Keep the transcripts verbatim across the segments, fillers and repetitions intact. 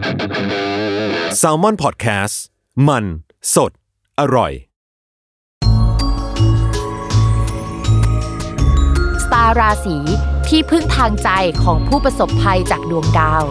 Salmon Podcast มันสดอร่อยสตาร์ราศีที่พึ่งทางใจของผู้ประสบภัยจากดวงดาว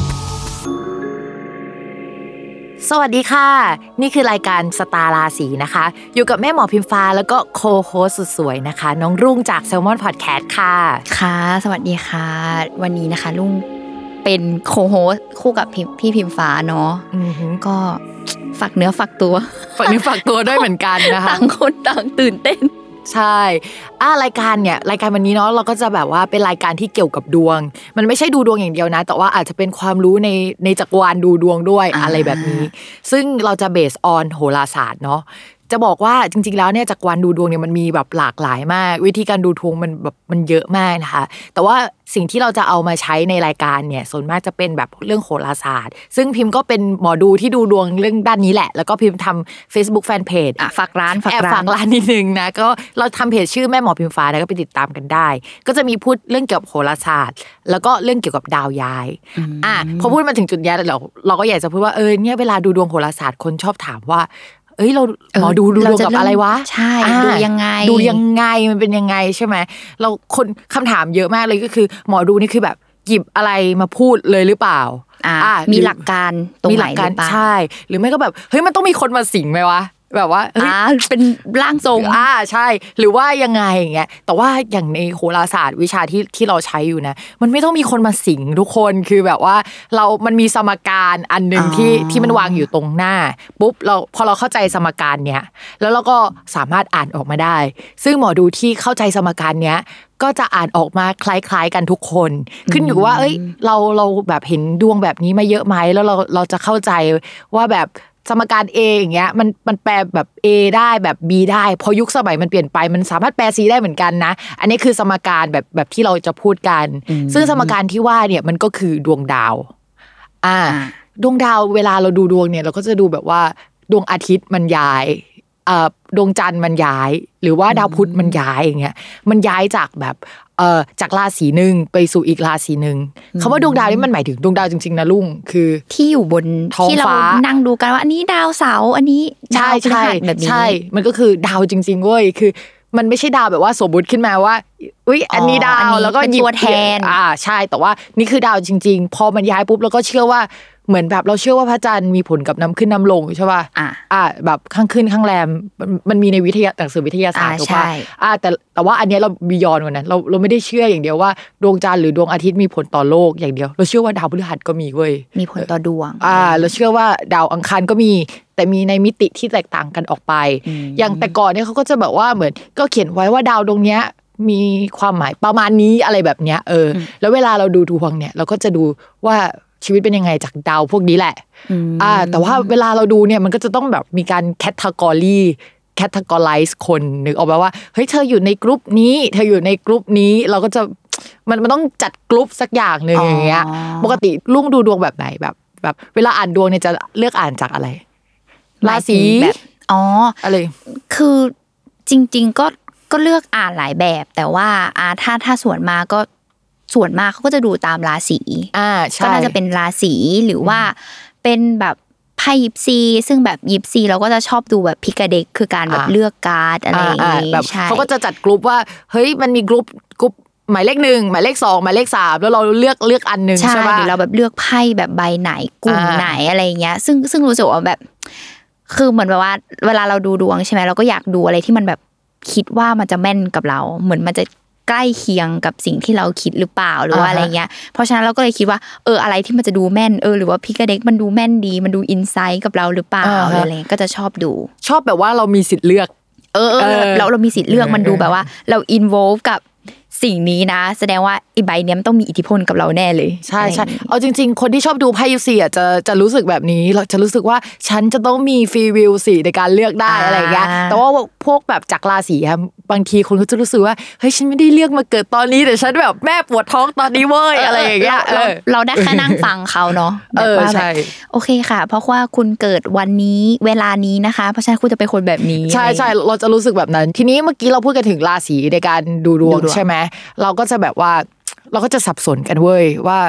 สวัสดีค่ะนี่คือรายการสตาร์ราศีนะคะอยู่กับแม่หมอพิมฟ้าแล้วก็โคโฮสสุดสวยนะคะน้องรุ่งจาก Salmon Podcast ค่ะค่ะสวัสดีค่ะวันนี้นะคะรุ่งเป็นโคโฮสคู่กับพี่พิมฟ้าเนาะก็ฝากเนื้อฝากตัวฝากเนื้อฝากตัวด้วยเหมือนกันนะคะต่างคนต่างตื่นเต้นใช่อ่ารายการเนี่ยรายการวันนี้เนาะเราก็จะแบบว่าเป็นรายการที่เกี่ยวกับดวงมันไม่ใช่ดูดวงอย่างเดียวนะแต่ว่าอาจจะเป็นความรู้ในในจักรวาลดูดวงด้วย อ, อะไรแบบนี้ซึ่งเราจะเบสออนโหราศาสตร์เนาะจะบอกว่าจริงๆแล้วเนี่ยจักรวาลดูดวงเนี่ยมันมีแบบหลากหลายมากวิธีการดูดวงมันแบบมันเยอะมากนะคะแต่ว่าสิ่งที่เราจะเอามาใช้ในรายการเนี่ยส่วนมากจะเป็นแบบเรื่องโหราศาสตร์ซึ่งพิมพ์ก็เป็นหมอดูที่ดูดวงเรื่องด้านนี้แหละแล้วก็พิมพ์ทำ Facebook Fanpage อ่ะฝากร้านฝากร้านแอบฝากร้านนิดนึงนะก็เราทำเพจชื่อแม่หมอพิมฟ้าแล้วก็ไปติดตามกันได้ก็จะมีพูดเรื่องเกี่ยวกับโหราศาสตร์แล้วก็เรื่องเกี่ยวกับดาวย้ายอ่ะพอพูดมาถึงจุดนี้เราเราก็อยากจะพูดว่าเออเนี่ยเวลาดูดวงโหราศาสตร์คนชอบถามว่าเอ้ยเราหมอดูดูดวงกับอะไรวะใช่ดูยังไงดูยังไงมันเป็นยังไงใช่ไหมเราคนคำถามเยอะมากเลยก็คือหมอดูนี่คือแบบหยิบอะไรมาพูดเลยหรือเปล่าอ่ามีหลักการตรงไหนหรือเปล่าใช่หรือไม่ก็แบบเฮ้ยมันต้องมีคนมาสิงไหมวะแบบว่าอ่าเป็นร่างทรงอ่าใช่หรือว่ายังไงอย่างเงี้ยแต่ว่าอย่างในโหราศาสตร์วิชาที่ที่เราใช้อยู่นะมันไม่ต้องมีคนมาสิงทุกคนคือแบบว่าเรามันมีสมการอันนึงที่ที่มันวางอยู่ตรงหน้าปุ๊บเราพอเราเข้าใจสมการเนี้ยแล้วเราก็สามารถอ่านออกมาได้ซึ่งหมอดูที่เข้าใจสมการเนี้ยก็จะอ่านออกมาคล้ายๆกันทุกคนขึ้นอยู่ว่าเอ้ยเราเราแบบเห็นดวงแบบนี้มาเยอะไหมแล้วเราเราจะเข้าใจว่าแบบสมการ A อย่างเงี้ยมันมันแปลแบบ A ได้แบบ B ได้พอยุคสมัยมันเปลี่ยนไปมันสามารถแปล C ได้เหมือนกันนะอันนี้คือสมการแบบแบบที่เราจะพูดกันซึ่งสมการที่ว่าเนี่ยมันก็คือดวงดาวอ่าดวงดาวเวลาเราดูดวงเนี่ยเราก็จะดูแบบว่าดวงอาทิตย์มันย้ายเอ่อดวงจันทร์มันย้ายหรือว่าดาวพุธมันย้ายอย่างเงี้ยมันย้ายจากแบบเอ่อจากราศีนึงไปสู่อีกราศีนึงคำว่าดวงดาวนี่มันหมายถึงดวงดาวจริงๆนะลุงคือที่อยู่บนท้องฟ้าที่เรานั่งดูกันว่าอันนี้ดาวเสาร์อันนี้ดาวพฤหัสแบบนี้ใช่มันก็คือดาวจริงๆเว้ยคือมันไม่ใช่ดาวแบบว่าสมมุติขึ้นมาว่าอุ๊ยอันนี้ดาวแล้วก็หยิบตัวแทนอ่าใช่แต่ว่านี่คือดาวจริงๆพอมันย้ายปุ๊บเราก็เชื่อว่าเหมือนแบบเราเชื่อว่าพระจันทร์มีผลกับน้ำขึ้นน้ำลงใช่ป่ะอ่าอ่าแบบข้างขึ้นข้างแรมมันมีในวิทยาหนังสือวิทยาศาสตร์ถูกป่ะอ่าแต่แต่ว่าอันนี้เราบียอนกว่านั้นเราเราไม่ได้เชื่ออย่างเดียวว่าดวงจันทร์หรือดวงอาทิตย์มีผลต่อโลกอย่างเดียวเราเชื่อว่าดาวพฤหัสก็มีเว้ยมีผลต่อดวงอ่าเราเชื่อว่าดาวอังคารก็มีแต่มีในมิติที่แตกต่างกันออกไปอย่างแต่ก่อนเนี่ยเขาก็จะแบบว่าเหมือนก็เขียนไว้ว่าดาวดวงเนี้ยมีความหมายประมาณนี้อะไรแบบเนี้ยเออแล้วเวลาเราดูดวงเนี่ยเราก็จะดูว่าชีวิตเป็นยังไงจากดาวพวกนี้แหละอ่าแต่ว่าเวลาเราดูเนี่ยมันก็จะต้องแบบมีการแคตตากรีแคตตากรไลซ์คนนึกออกป่ะว่าเฮ้ยเธออยู่ในกลุ่มนี้เธออยู่ในกลุ่มนี้เราก็จะมันมันต้องจัดกลุ่มสักอย่างนึงอย่างเงี้ยปกติลุงดูดวงแบบไหนแบบแบบเวลาอ่านดวงเนี่ยจะเลือกอ่านจากอะไรราศีแบบอ๋ออะไรคือจริงๆก็ก็เลือกอ่านหลายแบบแต่ว่าอ่าถ้าถ้าส่วนมากก็ส่วนมากเขาก็จะดูตามราศีอ่าใช่ก็น่าจะเป็นราศีหรือว่าเป็นแบบไพ่ยิปซีซึ่งแบบยิปซีเราก็จะชอบดูแบบพิกาเด็กคือการแบบเลือกการ์ดอะไรอย่างงี้แบบเขาก็จะจัดกลุ่มว่าเฮ้ยมันมีกลุ่มกลุ่มหมายเลขหนึ่งหมายเลขสองหมายเลขสามแล้วเราเลือกเลือกอันนึงใช่ป่ะหรือเราแบบเลือกไพ่แบบใบไหนกลุ่มไหนอะไรเงี้ยซึ่งซึ่งรู้สึกว่าแบบคือเหมือนแบบว่าเวลาเราดูดวงใช่ไหมเราก็อยากดูอะไรที่มันแบบคิดว่ามันจะแม่นกับเราเหมือนมันจะใกล้เคียงกับสิ่งที่เราคิดหรือเปล่าหรือว่าอะไรเงี้ยเพราะฉะนั้นเราก็เลยคิดว่าเอออะไรที่มันจะดูแม่นเออหรือว่าพิกาเด็กมันดูแม่นดีมันดูอินไซต์กับเราหรือเปล่าอะไรก็จะชอบดูชอบแบบว่าเรามีสิทธิ์เลือกเออเราเรามีสิทธิ์เลือกมันดูแบบว่าเราอินโวลฟกับสิ่งนี้นะแสดงว่าไอ้ใบเนี้ยมันต้องมีอิทธิพลกับเราแน่เลยใช่ใช่เอาจริงๆคนที่ชอบดูไพ่ยิปซีอ่ะจะจะรู้สึกแบบนี้เราจะรู้สึกว่าฉันจะต้องมีฟรีวิลสิในการเลือกได้อะไรอย่างเงี้ยแต่ว่าพวกแบบจากราศีครับบางทีคนก็จะรู้สึกว่าเฮ้ยฉันไม่ได้เลือกมาเกิดตอนนี้แต่ฉันแบบแม่ปวดท้องตอนนี้เว้ยอะไรอย่างเงี้ยเราได้แค่นั่งฟังเขาเนาะแบบว่าแบบโอเคค่ะเพราะว่าคุณเกิดวันนี้เวลานี้นะคะเพราะฉะนั้นคุณจะเป็นคนแบบนี้ใช่ใช่เราจะรู้สึกแบบนั้นทีนี้เมื่อกี้เราพูดกันถึงราศีในการดูดวงใช่ไหมเราก็จะแบบว่าเราก็จะสับสนกันเว้ยว่า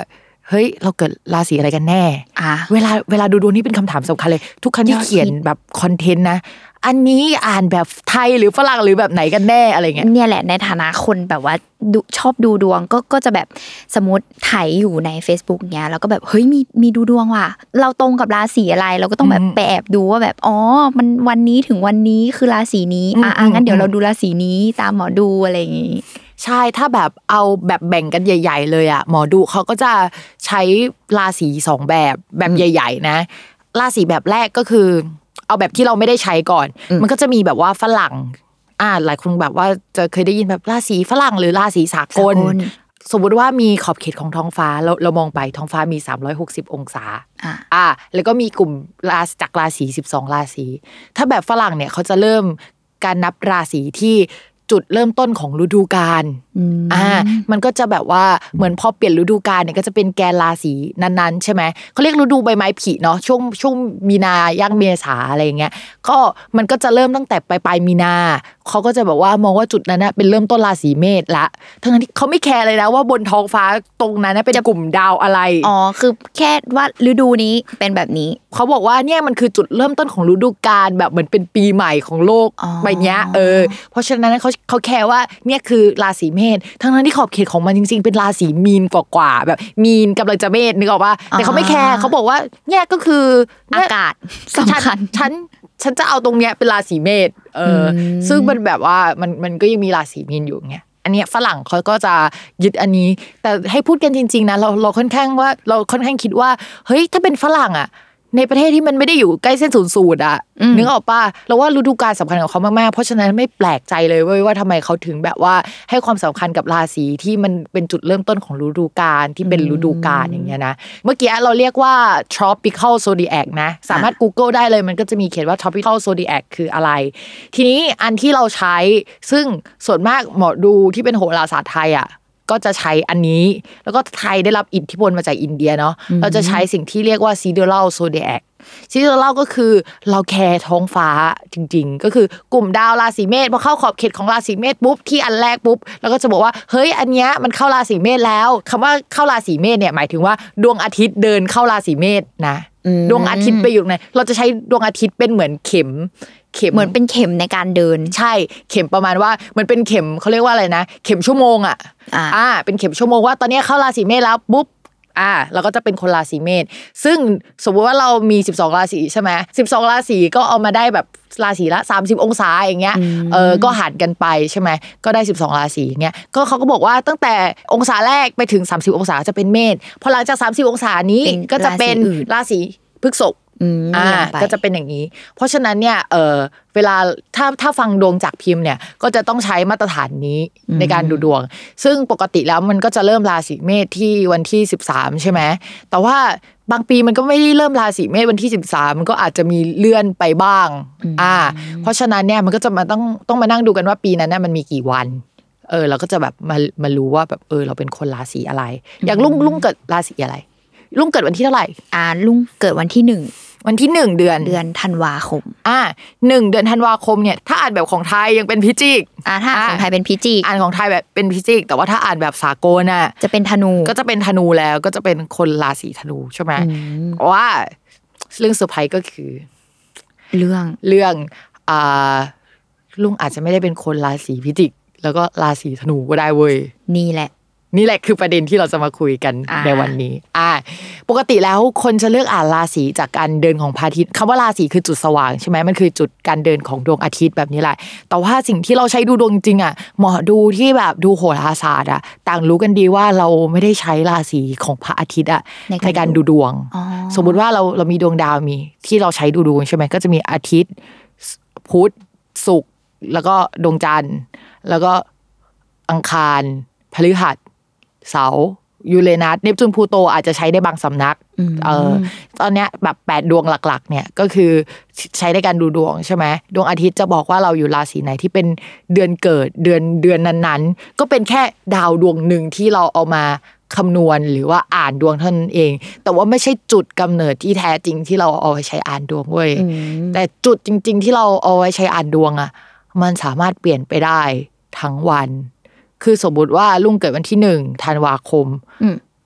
เฮ้ยเราเกิดราศีอะไรกันแน่อ่ะเวลาเวลาดูดวงนี่เป็นคำถามสำคัญเลยทุกครั้งที่เขียนแบบคอนเทนต์นะอันนี้อ่านแบบไทยหรือฝรั่งหรือแบบไหนกันแน่อะไรเงี้ยเนี่ยแหละในฐานะคนแบบว่าชอบดูดวงก็ก็จะแบบสมมติไถอยู่ใน Facebook เงี้ยแล้วก็แบบเฮ้ยมีมีดูดวงว่ะเราตรงกับราศีอะไรเราก็ต้องแบบไปแอบดูว่าแบบอ๋อมันวันนี้ถึงวันนี้คือราศีนี้อ่ะงั้นเดี๋ยวเราดูราศีนี้ตามหมอดูอะไรอย่างงี้ใช่ถ้าแบบเอาแบบแบ่งกันใหญ่ๆเลยอ่ะหมอดูเขาก็จะใช้ราศีสองแบบแบบใหญ่ๆนะราศีแบบแรกก็คือเอาแบบที่เราไม่ได้ใช้ก่อนมันก็จะมีแบบว่าฝรั่งอ่าหลายคนแบบว่าจะเคยได้ยินแบบราศีฝรั่งหรือราศีสากลสมมุติว่ามีขอบเขตของท้องฟ้าเราเรามองไปท้องฟ้ามีสามร้อยหกสิบองศาอ่าอ่าแล้วก็มีกลุ่มราศีจากราศีสิบสองราศีถ้าแบบฝรั่งเนี่ยเขาจะเริ่มการนับราศีที่จุดเริ่มต้นของฤดูกาลอ่ามันก็จะแบบว่าเหมือนพอเปลี่ยนฤดูกาลเนี่ยก็จะเป็นแกนราศีนั้นๆใช่ไหมเขาเรียกฤดูใบไม้ผลิเนาะช่วงช่วงมีนาย่างเมษาอะไรอย่างเงี้ยก็มันก็จะเริ่มตั้งแต่ปลายปลายมีนาเขาก็จะแบบว่ามองว่าจุดนั้นนะเป็นเริ่มต้นราศีเมษละทั้งที่เขาไม่แคร์เลยนะว่าบนท้องฟ้าตรงนั้นเป็นกลุ่มดาวอะไรอ๋อคือแค่ว่าฤดูนี้เป็นแบบนี้เขาบอกว่าเนี่ยมันคือจุดเริ่มต้นของฤดูกาลแบบเหมือนเป็นปีใหม่ของโลกใบนี้เออเพราะฉะนั้นเขาเขาแคร์ว่าเนี่ยคือราศีเมษทั้งนั้นที่ขอบเขตของมันจริงๆเป็นราศีมีนกว่าๆแบบมีนกำลังจะเมษนึกออกป่ะแต่เขาไม่แคร์เขาบอกว่าเนี่ยก็คืออากาศสำคัญฉันฉันจะเอาตรงเนี้ยเป็นราศีเมษเออซึ่งมันแบบว่ามันมันก็ยังมีราศีมีนอยู่เงี้ยอันนี้ฝรั่งเขาก็จะยึดอันนี้แต่ให้พูดกันจริงๆนะเราเราค่อนข้างว่าเราค่อนข้างคิดว่าเฮ้ยถ้าเป็นฝรั่งอ่ะในประเทศที่มันไม่ได้อยู่ใกล้เส้นศูนย์สูตรอ่ะนึกออกป่ะเราว่าฤดูกาลสำคัญกับเขามากๆเพราะฉะนั้นไม่แปลกใจเลยเว้ยว่าทำไมเขาถึงแบบว่าให้ความสำคัญกับราศีที่มันเป็นจุดเริ่มต้นของฤดูกาลที่เป็นฤดูกาลอย่างเงี้ยนะเมื่อกี้เราเรียกว่า tropical zodiac นะสามารถ Google ได้เลยมันก็จะมีเขียนว่า tropical zodiac คืออะไรทีนี้อันที่เราใช้ซึ่งส่วนมากหมอดูที่เป็นโหราศาสตร์ไทยอ่ะก็จะใช้อันนี้แล้วก็ไทยได้รับอิทธิพลมาจากอินเดียเนาะเราจะใช้สิ่งที่เรียกว่า sidereal zodiac sidereal ก็คือเราแคร์ท้องฟ้าจริงๆก็คือกลุ่มดาวราศีเมษพอเข้าขอบเขตของราศีเมษปุ๊บที่อันแรกปุ๊บแล้วก็จะบอกว่าเฮ้ยอันเนี้ยมันเข้าราศีเมษแล้วคำว่าเข้าราศีเมษเนี่ยหมายถึงว่าดวงอาทิตย์เดินเข้าราศีเมษนะดวงอาทิตย์ไปอยู่ไหนเราจะใช้ดวงอาทิตย์เป็นเหมือนเข็มเข็มเหมือนเป็นเข็มในการเดินใช่เข็มประมาณว่ามันเป็นเข็มเขาเรียกว่าอะไรนะเข็มชั่วโมงอ่ะอ่าเป็นเข็มชั่วโมงว่าตอนนี้เข้าราศีเมษแล้วปุ๊บอ่าเราก็จะเป็นคนราศีเมษซึ่งสมมุติว่าเรามีสิบสองราศีใช่ไหมสิบสองราศีก็เอามาได้แบบราศีละสามสิบองศาอย่างเงี้ยเออก็หารกันไปใช่ไหมก็ได้สิบสองราศีอย่างเงี้ยก็เขาก็บอกว่าตั้งแต่องศาแรกไปถึงสามสิบองศาจะเป็นเมษพอหลังจากสามสิบองศานี้ก็จะเป็นราศีพฤษภอ่าก็จะเป็นอย่างนี้เพราะฉะนั้นเนี่ยเออเวลาถ้าถ้าฟังดวงจากพิมพ์เนี่ยก็จะต้องใช้มาตรฐานนี้ในการดูดวงซึ่งปกติแล้วมันก็จะเริ่มราศีเมษที่วันที่สิบสามใช่ไหมแต่ว่าบางปีมันก็ไม่ได้เริ่มราศีเมษวันที่สิบสามมันก็อาจจะมีเลื่อนไปบ้างอ่าเพราะฉะนั้นเนี่ยมันก็จะมาต้องต้องมานั่งดูกันว่าปีนั้นน่ะมันมีกี่วันเออเราก็จะแบบมามารู้ว่าแบบเออเราเป็นคนราศีอะไรอย่างลุงลุงเกิดราศีอะไรลุงเกิดวันที่เท่าไหร่อ่าลุงเกิดวันที่หนึ่งวันที่หนึ่งเดือนเดือนธันวาคมอ่าหนึ่งเดือนธันวาคมเนี่ยถ้าอ่านแบบของไทยยังเป็นพิจิกอ่าถ้าของไทยเป็นพิจิกอ่านของไทยแบบเป็นพิจิกแต่ว่าถ้าอ่านแบบสากลน่ะจะเป็นธนูก็จะเป็นธนูแล้วก็จะเป็นคนราศีธนูใช่ไหมว่าเรื่องเซอร์ไพรส์ก็คือเรื่องเรื่องอ่าลุงอาจจะไม่ได้เป็นคนราศีพิจิกแล้วก็ราศีธนูก็ได้เว้ยนี่แหละนี่แหละคือประเด็นที่เราจะมาคุยกันในวันนี้อ่าปกติแล้วคนจะเลือกอ่านราศีจากการเดินของพระอาทิตย์คำว่าราศีคือจุดสว่างใช่ไหมมันคือจุดการเดินของดวงอาทิตย์แบบนี้แหละแต่ว่าสิ่งที่เราใช้ดูดวงจริงอ่ะหมอดูที่แบบดูโหราศาสตร์อ่ะต่างรู้กันดีว่าเราไม่ได้ใช้ราศีของพระอาทิตย์อ่ะในการดูดวงสมมุติว่าเราเรามีดวงดาวมีที่เราใช้ดูดวงใช่ไหมก็จะมีอาทิตย์พุธศุกร์แล้วก็ดวงจันทร์แล้วก็อังคารพฤหัสเสาร์ยูเรนัสเนปจูนพลูโตอาจจะใช้ได้บางสำนักเออตอนเนี้ยแบบแปดดวงหลักๆเนี่ยก็คือใช้ในการดูดวงใช่ไหมดวงอาทิตย์จะบอกว่าเราอยู่ราศีไหนที่เป็นเดือนเกิดเดือนเดือนนั้นๆก็เป็นแค่ดาวดวงหนึ่งที่เราเอามาคำนวณหรือว่าอ่านดวงเท่านั้นเองแต่ว่าไม่ใช่จุดกำเนิดที่แท้จริงที่เราเอาไว้ใช้อ่านดวงเว้ยแต่จุดจริงๆที่เราเอาไว้ใช้อ่านดวงอ่ะมันสามารถเปลี่ยนไปได้ทั้งวันคือสมมุติว่าลุงเกิดวันที่หนึ่งธันวาคม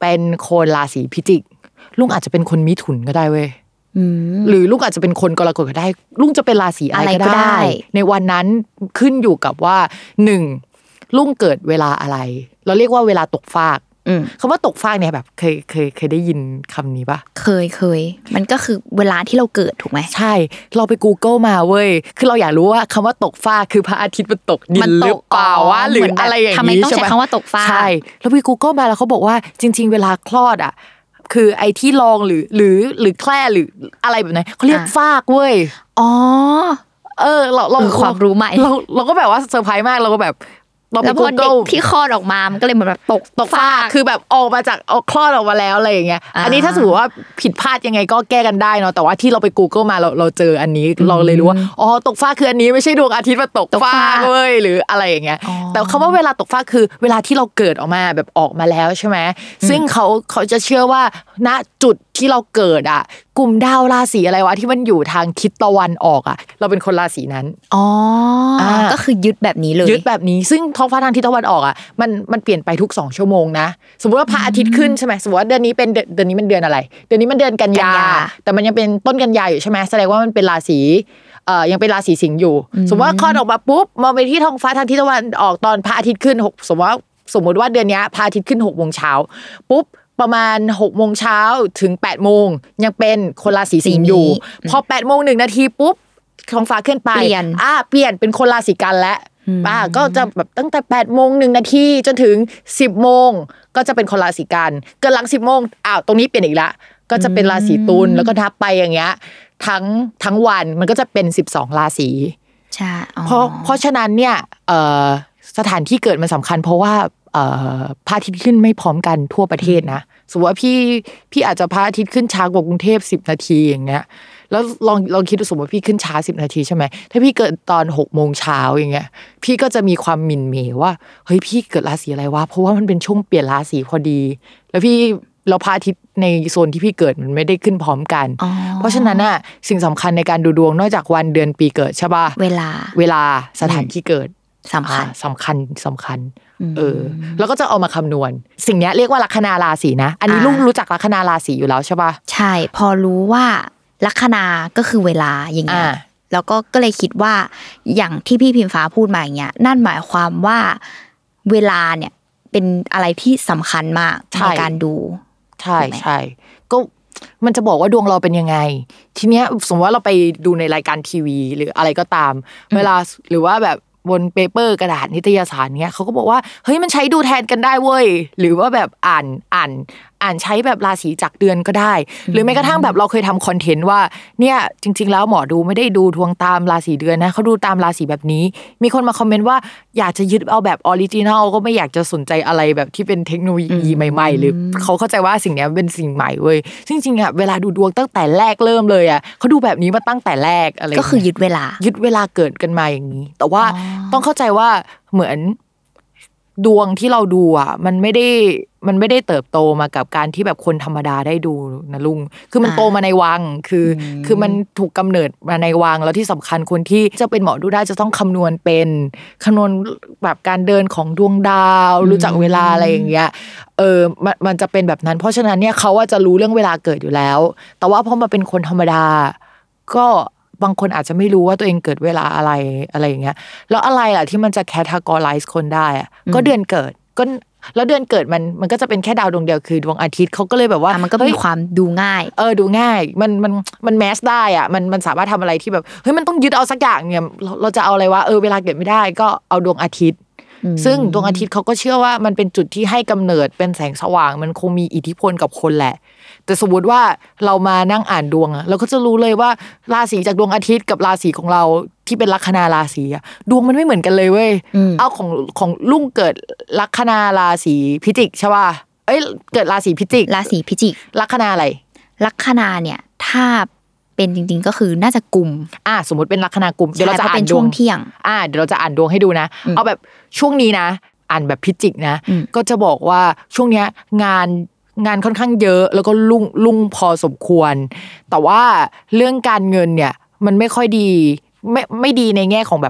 เป็นคนราศีพิจิกลุงอาจจะเป็นคนมิถุนก็ได้เว้ยหรือลุงอาจจะเป็นคนกรกฎก็ได้ลุงจะเป็นราศีอะไรก็ได้ในวันนั้นขึ้นอยู่กับว่าหนึ่งลุงเกิดเวลาอะไรเราเรียกว่าเวลาตกฟากคำว่าตกฟากเนี่ยแบบเคยเคยเคยได้ยินคำนี้ปะเคยเคยมันก็คือเวลาที่เราเกิดถูกไหมใช่เราไป Google มาเว้ยคือเราอยากรู้ว่าคำว่าตกฟากคือพระอาทิตย์มันตกดินหรือเปล่าว่าหรืออะไรอย่างนี้ทำไมต้องใช้คำว่าตกฟากใช่เราไป Google มาแล้วเขาบอกว่าจริงๆเวลาคลอดอ่ะคือไอ้ที่รองหรือหรือหรือแคร่หรืออะไรแบบนั้นเขาเรียกฟากเว้ยอ๋อเออเราเราความรู้ใหม่เราเราก็แบบว่าเซอร์ไพรส์มากเราก็แบบแล้วพอเด็กที่คลอดออกมามันก็เลยเหมือนแบบตกตกฟากคือแบบออกมาจากออกคลอดออกมาแล้วอะไรอย่างเงี้ยอันนี้ถ้าสมมติว่าผิดพลาดยังไงก็แก้กันได้เนาะแต่ว่าที่เราไป Google มาเราเราเจออันนี้เราเลยรู้ว่าอ๋อตกฟากคืออันนี้ไม่ใช่ดวงอาทิตย์มาตกฟากเว้ยหรืออะไรอย่างเงี้ยแต่คำว่าเวลาตกฟากคือเวลาที่เราเกิดออกมาแบบออกมาแล้วใช่ไหมซึ่งเขาเขาจะเชื่อว่าณจุดที่เราเกิดอ่ะกลุ่มดาวราศีอะไรวะที่มันอยู่ทางทิศตะวันออกอ่ะเราเป็นคนราศีนั้นอ๋อก็คือยึดแบบนี้เลยยึดแบบนี้ซึ่งท้องฟ้าทางทิศตะวันออกอ่ะมันมันเปลี่ยนไปทุกสองชั่วโมงนะสมมติว่าพระอาทิตย์ขึ้นใช่ไหมสมมติว่าเดือนนี้เป็นเดือนนี้มันเดือนอะไรเดือนนี้มันเดือนกันยาแต่มันยังเป็นต้นกันยาอยู่ใช่ไหมแสดงว่ามันเป็นราศีเอ่อยังเป็นราศีสิงห์อยู่สมมติว่าคลอดออกมาปุ๊บมองไปที่ท้องฟ้าทางทิศตะวันออกตอนพระอาทิตย์ขึ้นหกสมมติว่าสมมติว่าเดือนนี้พระอาทิตย์ขึ้นหกโมงเช้าปุ๊บประมาณหกโมงเช้าถึงแปดโมงยังเป็นคนราศีสิงห์อยู่พอแปดโมงหนึ่งนาทีปุ๊บท้องฟ้าขึ้นไปเปลี่ยนอ่าเปลี่ยนเป็นคนราศีกันแล้วป้าก็จะแบบตั้งแต่แปดโมงหนึ่งนาทีจนถึงสิบโมงก็จะเป็นคนราศีกันเกินหลังสิบโมงอ้าวตรงนี้เปลี่ยนอีกละก็จะเป็นราศีตุลแล้วก็นับไปอย่างเงี้ยทั้งทั้งวันมันก็จะเป็นสิบสองราศีใช่เพราะเพราะฉะนั้นเนี่ยเอ่อสถานที่เกิดมันสำคัญเพราะว่าเอ่อพระอาทิตย์ขึ้นไม่พร้อมกันทั่วประเทศนะสมมติว่าพี่พี่อาจจะพระอาทิตย์ขึ้นช้ากว่ากรุงเทพสิบนาทีอย่างเงี้ยแล้วลองลองคิดดูสมมติว่าพี่ขึ้นช้าสิบนาทีใช่ไหมถ้าพี่เกิดตอนหกโมงเช้าอย่างเงี้ยพี่ก็จะมีความหมิ่นเหม่ว่าเฮ้ยพี่เกิดราศีอะไรวะเพราะว่ามันเป็นช่วงเปลี่ยนราศีพอดีแล้วพี่เราพระอาทิตย์ในโซนที่พี่เกิดมันไม่ได้ขึ้นพร้อมกันเพราะฉะนั้นน่ะสิ่งสำคัญในการดูดวงนอกจากวันเดือนปีเกิดใช่ป่ะเวลาเวลาสถานที่เกิดสำคัญสำคัญสำคัญเออแล้วก็จะเอามาคำนวณสิ่งนี้เรียกว่าลัคนาราศีนะอันนี้ลุงรู้จักลัคนาราศีอยู่แล้วใช่ป่ะใช่พอรู้ว่าลัคนาก็คือเวลาอย่างเงี้ยแล้วก็ก็เลยคิดว่าอย่างที่พี่พิมฟ้าพูดมาอย่างเงี้ยนั่นหมายความว่าเวลาเนี่ยเป็นอะไรที่สำคัญมากในการดูใช่ใช่ก็มันจะบอกว่าดวงเราเป็นยังไงทีเนี้ยสมมติว่าเราไปดูในรายการทีวีหรืออะไรก็ตามเวลาหรือว่าแบบบนเปเปอร์กระดาษนิตยสารเนี้ยเขาก็บอกว่าเฮ้ยมันใช้ดูแทนกันได้เว้ยหรือว่าแบบอ่านอ่านอ่านใช้แบบราศีจากเดือนก็ได้หรือแม้กระทั่งแบบเราเคยทำคอนเทนต์ว่าเนี่ยจริงๆแล้วหมอดูไม่ได้ดูทวงตามราศีเดือนนะเขาดูตามราศีแบบนี้มีคนมาคอมเมนต์ว่าอยากจะยึดเอาแบบออริจินัลก็ไม่อยากจะสนใจอะไรแบบที่เป็นเทคโนโลยีใหม่ๆหรือเขาเข้าใจว่าสิ่งนี้เป็นสิ่งใหม่เว้ยจริงๆอ่ะเวลาดูดวงตั้งแต่แรกเริ่มเลยอ่ะเขาดูแบบนี้มาตั้งแต่แรกอะไรก็คือยึดเวลายึดเวลาเกิดกันมาอย่างนี้แต่ว่าต้องเข้าใจว่าเหมือนดวงที่เราดูอ่ะมันไม่ได้มันไม่ได้เติบโตมากับการที่แบบคนธรรมดาได้ดูนะลุงคือมันโตมาในวังคือคือมันถูกกำเนิดมาในวังแล้วที่สำคัญคนที่จะเป็นหมอดูได้จะต้องคำนวณเป็นคำนวณแบบการเดินของดวงดาวรู้จักเวลาอะไรอย่างเงี้ยเออมันมันจะเป็นแบบนั้นเพราะฉะนั้นเนี่ยเขาว่าจะรู้เรื่องเวลาเกิดอยู่แล้วแต่ว่าพอมาเป็นคนธรรมดาก็บางคนอาจจะไม่รู้ว่าตัวเองเกิดเวลาอะไรอะไรอย่างเงี้ยแล้วอะไรล่ะที่มันจะ categorize คนได้อะก็เดือนเกิดก็แล้วเดือนเกิดมันมันก็จะเป็นแค่ดาวดวงเดียวคือดวงอาทิตย์เขาก็เลยแบบว่ามันก็มีความดูง่ายเออดูง่ายมันมันมันแมสได้อ่ะมันมันสามารถทำอะไรที่แบบเฮ้ยมันต้องยึดเอาสักอย่างเนี่ยเราเราจะเอาอะไรวะเออเวลาเกิดไม่ได้ก็เอาดวงอาทิตย์ซึ่งดวงอาทิตย์เขาก็เชื่อว่ามันเป็นจุดที่ให้กำเนิดเป็นแสงสว่างมันคงมีอิทธิพลกับคนแหละแต่สมมติว่าเรามานั่งอ่านดวงอะเราก็จะรู้เลยว่าราศีจากดวงอาทิตย์กับราศีของเราที่เป็นลัคนาราศีอะดวงมันไม่เหมือนกันเลยเว้ยเอาของของลุงเกิดลัคนาราศีพิจิกใช่ป่ะเอ้ยเกิดราศีพิจิกราศีพิจิกลัคนาอะไรลัคนาเนี่ยถ้าเป็นจริงๆก็คือน่าจะกุมอ่าสมมติเป็นลัคนากุมเดี๋ยวเราจะอ่านดวงเที่ยงอ่าเดี๋ยวเราจะอ่านดวงให้ดูนะเอาแบบช่วงนี้นะอ่านแบบพิจิกนะก็จะบอกว่าช่วงเนี้ยงานงานค่อนข้างเยอะแล้วก็ลุ่งลุ่งพอสมควรแต่ว่าเรื่องการเงินเนี่ยมันไม่ค่อยดีไม่ไม่ดีในแง่ของแบบ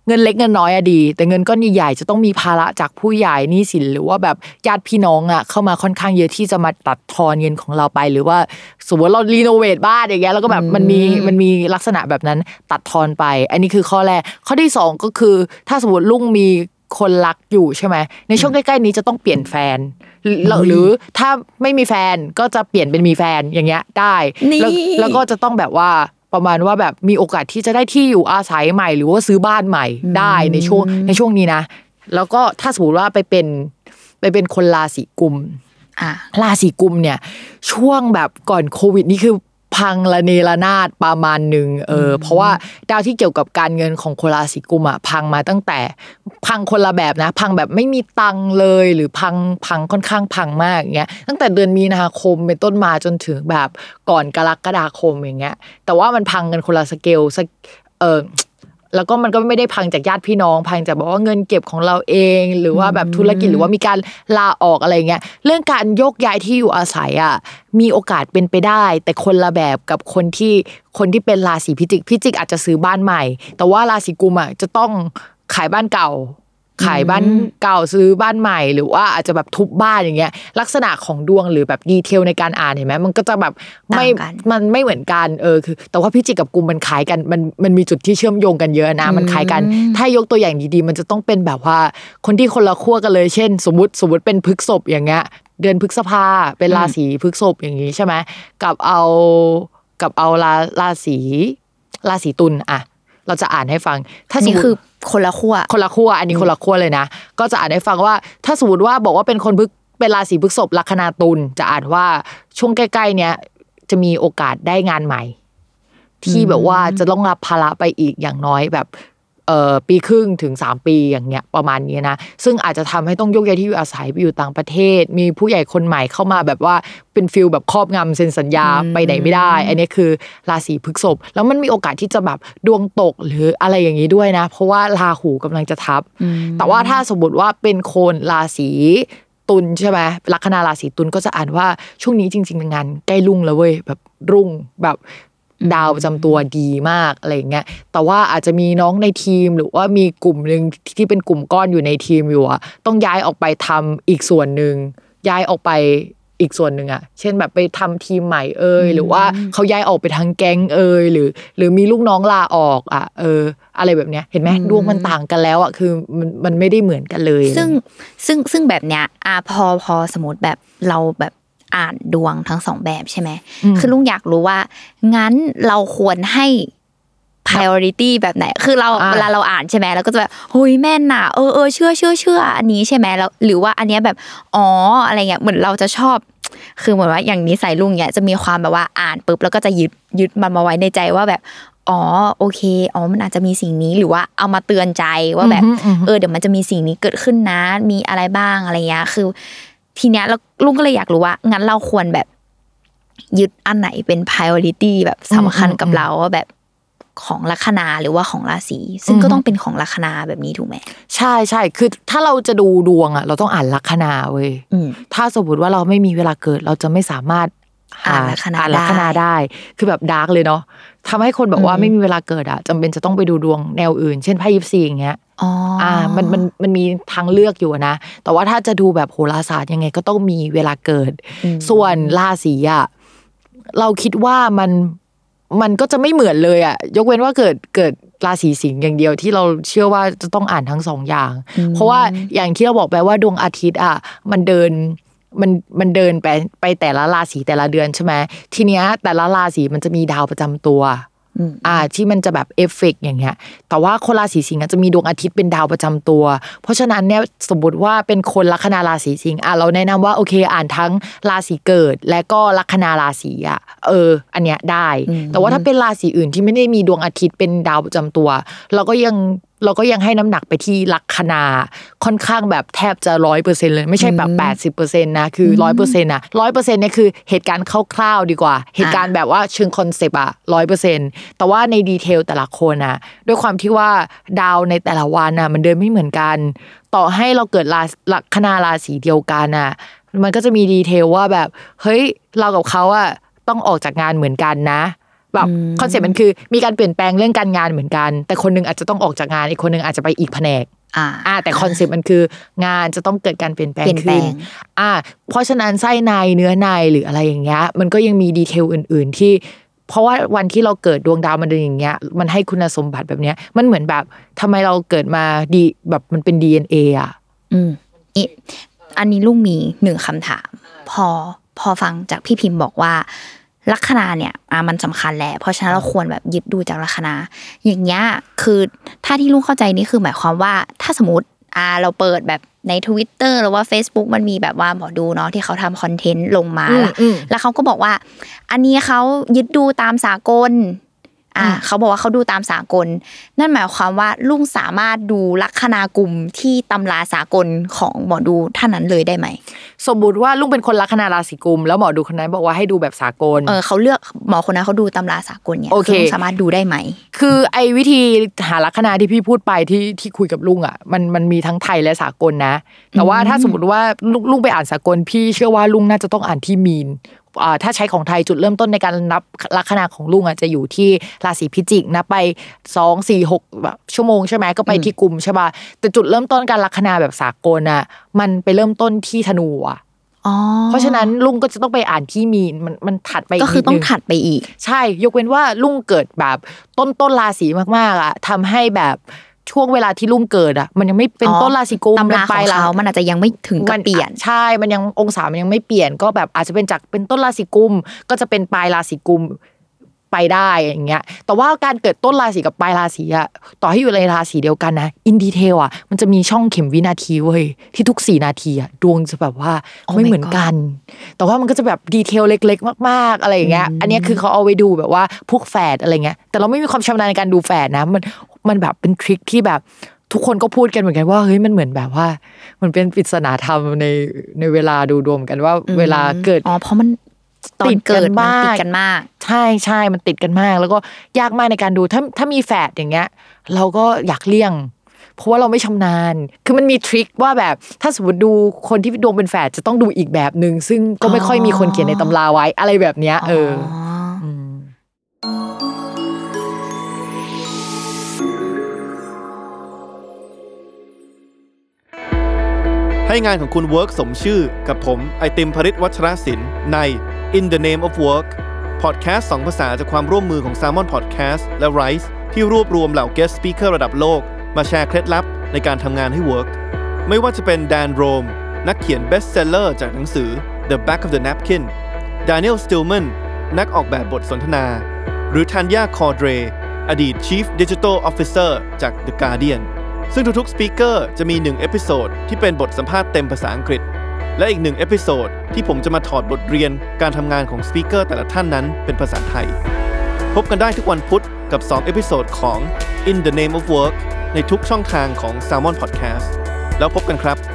เงินเล็กเงินน้อยอะดีแต่เงินก้อนใหญ่ๆจะต้องมีภาระจากผู้ใหญ่หนี้สินหรือว่าแบบญาติพี่น้องอะเข้ามาค่อนข้างเยอะที่จะมาตัดทอนเงินของเราไปหรือว่าสมมติเรารีโนเวทบ้านอย่างเงี้ยแล้วก็แบบมันมีมันมีลักษณะแบบนั้นตัดทอนไปอันนี้คือข้อแรกข้อที่สองก็คือถ้าสมมติลุงมีคนรักอยู่ใช่ไหมในช่วงใกล้ๆนี้จะต้องเปลี่ยนแฟนหรือถ้าไม่มีแฟนก็จะเปลี่ยนเป็นมีแฟนอย่างเงี้ยได้แล้วแล้วก็จะต้องแบบว่าประมาณว่าแบบมีโอกาสที่จะได้ที่อยู่อาศัยใหม่หรือว่าซื้อบ้านใหม่ได้ในช่วงในช่วงนี้นะแล้วก็ถ้าสมมติว่าไปเป็นไปเป็นคนราศีกุมอ่ะราศีกุมเนี่ยช่วงแบบก่อนโควิดนี่คือพังระเนระนาดประมาณนึงเออเพราะว่าดาวที่เกี่ยวกับการเงินของคนราศีกุมอ่ะพังมาตั้งแต่พังคนละแบบนะพังแบบไม่มีตังค์เลยหรือพังพังค่อนข้างพังมากอย่างเงี้ยตั้งแต่เดือนมีนาคมเป็นต้นมาจนถึงแบบก่อนกรกฎาคมอย่างเงี้ยแต่ว่ามันพังกันคนละสเกลเออแล้วก็มันก็ไม่ได้พังจากญาติพี่น้องพังจากบอกว่าเงินเก็บของเราเองหรือว่าแบบธุรกิจหรือว่ามีการลาออกอะไรเงี้ยเรื่องการโยกย้ายที่อยู่อาศัยอ่ะมีโอกาสเป็นไปได้แต่คนละแบบกับคนที่คนที่เป็นราศีพิจิกพิจิกอาจจะซื้อบ้านใหม่แต่ว่าราศีกุมอ่ะจะต้องขายบ้านเก่าขายบ้านเก่าซื้อบ้านใหม่หรือว่าอาจจะแบบทุบบ้านอย่างเงี้ยลักษณะของดวงหรือแบบดีเทลในการอ่านเห็นไหมมันก็จะแบบไม่มันไม่เหมือนกันเออคือแต่ว่าพิจิกกับกุมมันคล้ายกันมันมันมีจุดที่เชื่อมโยงกันเยอะนะมันคล้ายกันถ้ายกตัวอย่างดีๆมันจะต้องเป็นแบบว่าคนที่คนละขั้วกันเลยเช่นสมมติสมมติเป็นพฤษภอย่างเงี้ยเดือนพฤษภาเป็นราศีพฤษภอย่างงี้ใช่ไหมกับเอากับเอาราราศีราศีตุลอะเราจะอ่านให้ฟังถ้าสมมติคือคนละขั้วคนละขั้วอันนี้คนละขั้วเลยนะก็จะอ่านให้ฟังว่าถ้าสมมติว่าบอกว่าเป็นคนพฤกเป็นราศีพฤษภลัคนาตุลจะอ่านว่าช่วงใกล้ๆเนี้ยจะมีโอกาสได้งานใหม่ที่แบบว่าจะต้องรับภาระไปอีกอย่างน้อยแบบเอ่อปีครึ่งถึงสามปีอย่างเงี้ยประมาณนี้นะซึ่งอาจจะทำให้ต้องยกย้ายที่อยู่อาศัยไปอยู่ต่างประเทศมีผู้ใหญ่คนใหม่เข้ามาแบบว่าเป็นฟิลแบบครอบงำเซ็นสัญญาไปไหนไม่ได้อันนี้คือราศีพฤษภแล้วมันมีโอกาสที่จะแบบดวงตกหรืออะไรอย่างนี้ด้วยนะเพราะว่าราหูกำลังจะทับแต่ว่าถ้าสมมติว่าเป็นคนราศีตุลใช่ไหมลัคนาราศีตุลก็จะอ่านว่าช่วงนี้จริงๆงานใกล้รุ่งแล้วเว้ยแบบรุ่งแบบดาวประจำตัวดีมากอะไรอย่างเงี้ยแต่ว่าอาจจะมีน้องในทีมหรือว่ามีกลุ่มนึงที่เป็นกลุ่มก้อนอยู่ในทีมอยู่อ่ะต้องย้ายออกไปทำอีกส่วนนึงย้ายออกไปอีกส่วนนึงอ่ะเช่นแบบไปทำทีมใหม่เอ่ยหรือว่าเขาย้ายออกไปทางแก๊งเอ่ยหรือหรือมีลูกน้องลาออกอ่ะเอออะไรแบบเนี้ยเห็นไหมดวงมันต่างกันแล้วอ่ะคือมันมันไม่ได้เหมือนกันเลยซึ่งซึ่งซึ่งแบบเนี้ยอ่ะพอพอสมมติแบบเราแบบอ่านดวงทั้งสองแบบใช่ไหมคือลุงอยากรู้ว่างั้นเราควรให้ priority แบบไหนคือเราเวลาเราอ่านใช่ไหมเราก็จะแบบเฮ้ยแม่นน่ะเออเออเชื่อเชื่อเชื่ออันนี้ใช่ไหมแล้วหรือว่าอันเนี้ยแบบอ๋ออะไรเงี้ยเหมือนเราจะชอบคือเหมือนว่าอย่างนี้ใส่ลุงเนี่ยจะมีความแบบว่าอ่านปุ๊บแล้วก็จะยึดยึดมันมาไว้ในใจว่าแบบอ๋อโอเคอ๋อมันอาจจะมีสิ่งนี้หรือว่าเอามาเตือนใจว่าแบบเออเดี๋ยวมันจะมีสิ่งนี้เกิดขึ้นนะมีอะไรบ้างอะไรเงี้ยคือทีเนี้ยแล้วลุงก็เลยอยากรู้ว่างั้นเราควรแบบยึดอันไหนเป็น priority แบบสำคัญกับเราว่าแบบของลัคนาหรือว่าของราศีซึ่งก็ต้องเป็นของลัคนาแบบนี้ถูกไหมใช่ใช่คือถ้าเราจะดูดวงอ่ะเราต้องอ่านลัคนาเว้ยถ้าสมมติว่าเราไม่มีเวลาเกิดเราจะไม่สามารถอ่านลัคนาลัคนาได้คือแบบดาร์กเลยเนาะทำให้คนแบบว่าไม่มีเวลาเกิดอ่ะจำเป็นจะต้องไปดูดวงแนวอื่นเช่นไพ่ยิปซีอย่างเงี้ยอ๋ออ่ามันมันมันมีทางเลือกอยู่นะแต่ว่าถ้าจะดูแบบโหราศาสตร์ยังไงก็ต้องมีเวลาเกิดส่วนราศีอ่ะเราคิดว่ามันมันก็จะไม่เหมือนเลยอ่ะยกเว้นว่าเกิดเกิดราศีสิงห์อย่างเดียวที่เราเชื่อว่าจะต้องอ่านทั้งสองอย่างเพราะว่าอย่างที่เราบอกไปว่าดวงอาทิตย์อ่ะมันเดินมันมันเดินไปไปแต่ละราศีแต่ละเดือนใช่ไหมทีเนี้ยแต่ละราศีมันจะมีดาวประจำตัวอ่าที่มันจะแบบเอฟเฟกต์อย่างเงี้ยแต่ว่าคนราศีสิงห์จะมีดวงอาทิตย์เป็นดาวประจำตัวเพราะฉะนั้นเนี่ยสมมติว่าเป็นคนลัคนาราศีสิงห์อ่ะเราแนะนำว่าโอเคอ่านทั้งราศีเกิดและก็ลัคนาราศีอ่ะเอออันเนี้ยได้แต่ว่าถ้าเป็นราศีอื่นที่ไม่ได้มีดวงอาทิตย์เป็นดาวประจำตัวเราก็ยังเราก็ยังให้น้ำหนักไปที่ลัคนาค่อนข้างแบบแทบจะ ร้อยเปอร์เซ็นต์ เลยไม่ใช่แบบ แปดสิบเปอร์เซ็นต์ นะคือ ร้อยเปอร์เซ็นต์ น่ะ ร้อยเปอร์เซ็นต์ เนี่ยคือเหตุการณ์คร่าวๆดีกว่าเหตุการณ์แบบว่าเชิงคอนเซปต์อ่ะ ร้อยเปอร์เซ็นต์ แต่ว่าในดีเทลแต่ละคนน่ะด้วยความที่ว่าดาวในแต่ละวันน่ะมันเดินไม่เหมือนกันต่อให้เราเกิดราลัคนาราศีเดียวกันน่ะมันก็จะมีดีเทลว่าแบบเฮ้ยเรากับเขาอ่ะต้องออกจากงานเหมือนกันนะแบบคอนเซ็ปต์มันคือมีการเปลี่ยนแปลงเรื่องการงานเหมือนกันแต่คนนึงอาจจะต้องออกจากงานอีกคนนึงอาจจะไปอีกแผนกอ่าอ่าแต่คอนเซ็ปต์มันคืองานจะต้องเกิดการเปลี่ยนแปลงขึ้นอ่าเพราะฉะนั้นไส้ในเนื้อในหรืออะไรอย่างเงี้ยมันก็ยังมีดีเทลอื่นๆที่เพราะว่าวันที่เราเกิดดวงดาวมันเป็นอย่างเงี้ยมันให้คุณสมบัติแบบเนี้ยมันเหมือนแบบทำไมเราเกิดมาดีแบบมันเป็น ดี เอ็น เอ อ่ะอืมอันนี้ลุงมีหนึ่งคำถามพอพอฟังจากพี่พิมพ์บอกว่าลัคนาเนี่ยอ่ะมันสำคัญแหละเพราะฉะนั้นเราควรแบบยึดดูจากลัคนาอย่างเงี้ยคือถ้าที่ลุงเข้าใจนี่คือหมายความว่าถ้าสมมติอ่าเราเปิดแบบใน Twitter หรือว่า Facebook มันมีแบบว่าหมอดูเนาะที่เขาทำคอนเทนต์ลงมาแล้วเขาก็บอกว่าอันนี้เขายึดดูตามสากลอ่าเขาบอกว่าเขาดูตามสากลนั่นหมายความว่าลุงสามารถดูลัคนากลุ่มที่ตำราสากลของหมอดูท่านนั้นเลยได้ไหมสมมุติว่าลุงเป็นคนลัคนาราศีกุมแล้วหมอดูคนนั้นบอกว่าให้ดูแบบสากลเออเขาเลือกหมอคนนั้นเขาดูตำราสากลเนี่ยลุงสามารถดูได้ไหมคือไอ้วิธีหาลัคนาที่พี่พูดไปที่ที่คุยกับลุงอ่ะมันมันมีทั้งไทยและสากลนะแต่ว่าถ้าสมมติว่าลุงไปอ่านสากลพี่เชื่อว่าลุงน่าจะต้องอ่านที่มีนอ่าถ้าใช้ของไทยจุดเริ่มต้นในการนับลัคนาของลุงอ่ะจะอยู่ที่ราศีพิจิกนับไปสอง สี่ หกแบบชั่วโมงใช่ไหมก็ไปที่กุมใช่ป่ะแต่จุดเริ่มต้นการลัคนาแบบสากลน่ะมันไปเริ่มต้นที่ธนูอ่ะเพราะฉะนั้นลุงก็จะต้องไปอ่านที่มีนมันมันถัดไปก็คือต้องถัดไปอีกใช่ยกเว้นว่าลุงเกิดแบบต้นต้นราศีมากๆอ่ะทำให้แบบช่วงเวลาที่ลุงเกิดอ่ะมันยังไม่เป็นต้นราศีกุมตำราของเขามันอาจจะยังไม่ถึงกับเปลี่ยนใช่มันยังองศามันยังไม่เปลี่ยนก็แบบอาจจะเป็นจากเป็นต้นราศีกุมก็จะเป็นปลายราศีกุมไปได้อย่างเงี้ยแต่ว่าการเกิดต้นราศีกับปลายราศีอ่ะต่อให้อยู่ในราศีเดียวกันนะอินดีเทลอ่ะมันจะมีช่องเข็มวินาทีเว้ยที่ทุกสี่นาทีอ่ะดวงจะแบบว่าไม่เหมือนกันแต่ว่ามันก็จะแบบดีเทลเล็กๆมากๆอะไรอย่างเงี้ยอันนี้คือเขาเอาไว้ดูแบบว่าพวกแฝดอะไรเงี้ยแต่เราไม่มีความชำนาญในการดูแฝดนะมันมันแบบเป็นทริคที่แบบทุกคนก็พูดกันเหมือนกันว่าเฮ้ยมันเหมือนแบบว่ามันเป็นปริศนาธรรมในในเวลาดูดวงกันว่าเวลาเกิดอ๋อเพราะมันติดกันมากติดกันมากใช่ใช่มันติดกันมากแล้วก็ยากมากในการดูถ้าถ้ามีแฝดอย่างเงี้ยเราก็อยากเลี่ยงเพราะว่าเราไม่ชำนาญคือมันมีทริคว่าแบบถ้าสมมติดูคนที่ดวงเป็นแฝดจะต้องดูอีกแบบนึงซึ่งก็ไม่ค่อยมีคนเขียนในตำราไว้อะไรแบบเนี้ยเออให้งานของคุณเวิร์กสมชื่อกับผมไอติมภริษฐ์วัชรศิลป์ใน In the Name of Work พอดแคสต์สองภาษาจากความร่วมมือของ Salmon Podcast และ Rise ที่รวบรวมเหล่า Guest Speaker ระดับโลกมาแชร์เคล็ดลับในการทำงานให้ Work ไม่ว่าจะเป็นแดนโรมนักเขียน Bestseller จากหนังสือ The Back of the Napkin Daniel Stillman นักออกแบบบทสนทนาหรือธัญญาคอเดรอดีต Chief Digital Officer จาก The Guardianซึ่งทุกๆสปีกเกอร์จะมีหนึ่งเอพิโซดที่เป็นบทสัมภาษณ์เต็มภาษาอังกฤษและอีกหนึ่งเอพิโซดที่ผมจะมาถอดบทเรียนการทำงานของสปีกเกอร์แต่ละท่านนั้นเป็นภาษาไทยพบกันได้ทุกวันพุธกับสองเอพิโซดของ In the Name of Work ในทุกช่องทางของ Salmon Podcast แล้วพบกันครับ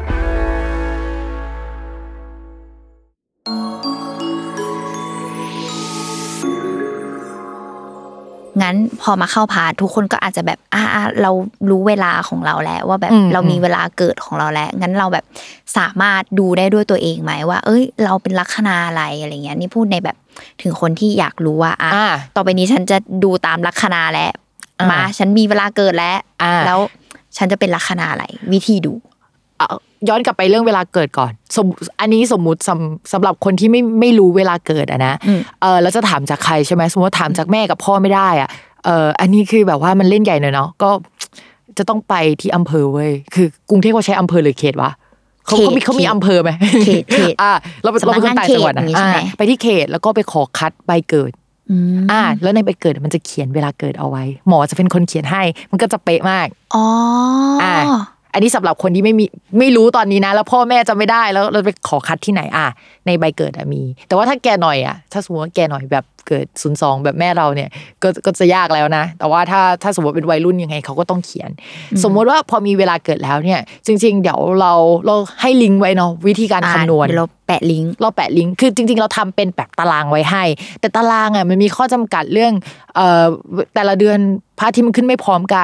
งั้นพอมาเข้าพาร์ททุกคนก็อาจจะแบบอ่าเรารู้เวลาของเราแล้วว่าแบบเรามีเวลาเกิดของเราแล้วงั้นเราแบบสามารถดูได้ด้วยตัวเองไหมว่าเอ้ยเราเป็นลัคนาอะไรอะไรเงี้ยนี่พูดในแบบถึงคนที่อยากรู้ว่าอ่ะต่อไปนี้ฉันจะดูตามลัคนาแล้วมาฉันมีเวลาเกิดแล้วแล้วฉันจะเป็นลัคนาอะไรวิธีดูย้อนกลับไปเรื่องเวลาเกิดก่อนสมอันนี้สมมุติสำสำหรับคนที่ไม่ไม่รู้เวลาเกิดอะนะเออแล้วจะถามจากใครใช่ไหมสมมติว่าถามจากแม่กับพ่อไม่ได้อ่ะเอออันนี้คือแบบว่ามันเล่นใหญ่หน่อยเนาะก็จะต้องไปที่อำเภอเว้ยคือกรุงเทพเขาใช้อำเภอหรือเขตวะเขาเขามีเขามีอำเภอไหมเขตเขตอ่าเราเราเป็นคนต่างจังหวัดนะไปที่เขตแล้วก็ไปขอคัดใบเกิดอ่าแล้วในใบเกิดมันจะเขียนเวลาเกิดเอาไว้หมอจะเป็นคนเขียนให้มันก็จะเป๊ะมากอ๋ออ่าอันนี้สำหรับคนที่ไม่มีไม่รู้ตอนนี้นะแล้วพ่อแม่จะไม่ได้แล้วเราไปขอคัดที่ไหนอ่ะในใบเกิดอะมีแต่ว่าถ้าแกหน่อยอ่ะถ้าสมมติว่าแกหน่อยแบบเกิดศูนย์สองแบบแม่เราเนี่ยก็ก็จะยากแล้วนะแต่ว่าถ้าถ้าสมมติเป็นวัยรุ่นยังไงเขาก็ต้องเขียนสมมติว่าพอมีเวลาเกิดแล้วเนี่ยจริงๆเดี๋ยวเราเราให้ลิงก์ไว้เนาะวิธีการคำนวณเราแปะลิงก์เราแปะลิงก์คือจริงๆเราทำเป็นแบบตารางไว้ให้แต่ตารางอ่ะมันมีข้อจำกัดเรื่องเอ่อแต่ละเดือนพระอาทิตย์มันขึ้นไม่พร้อมกัน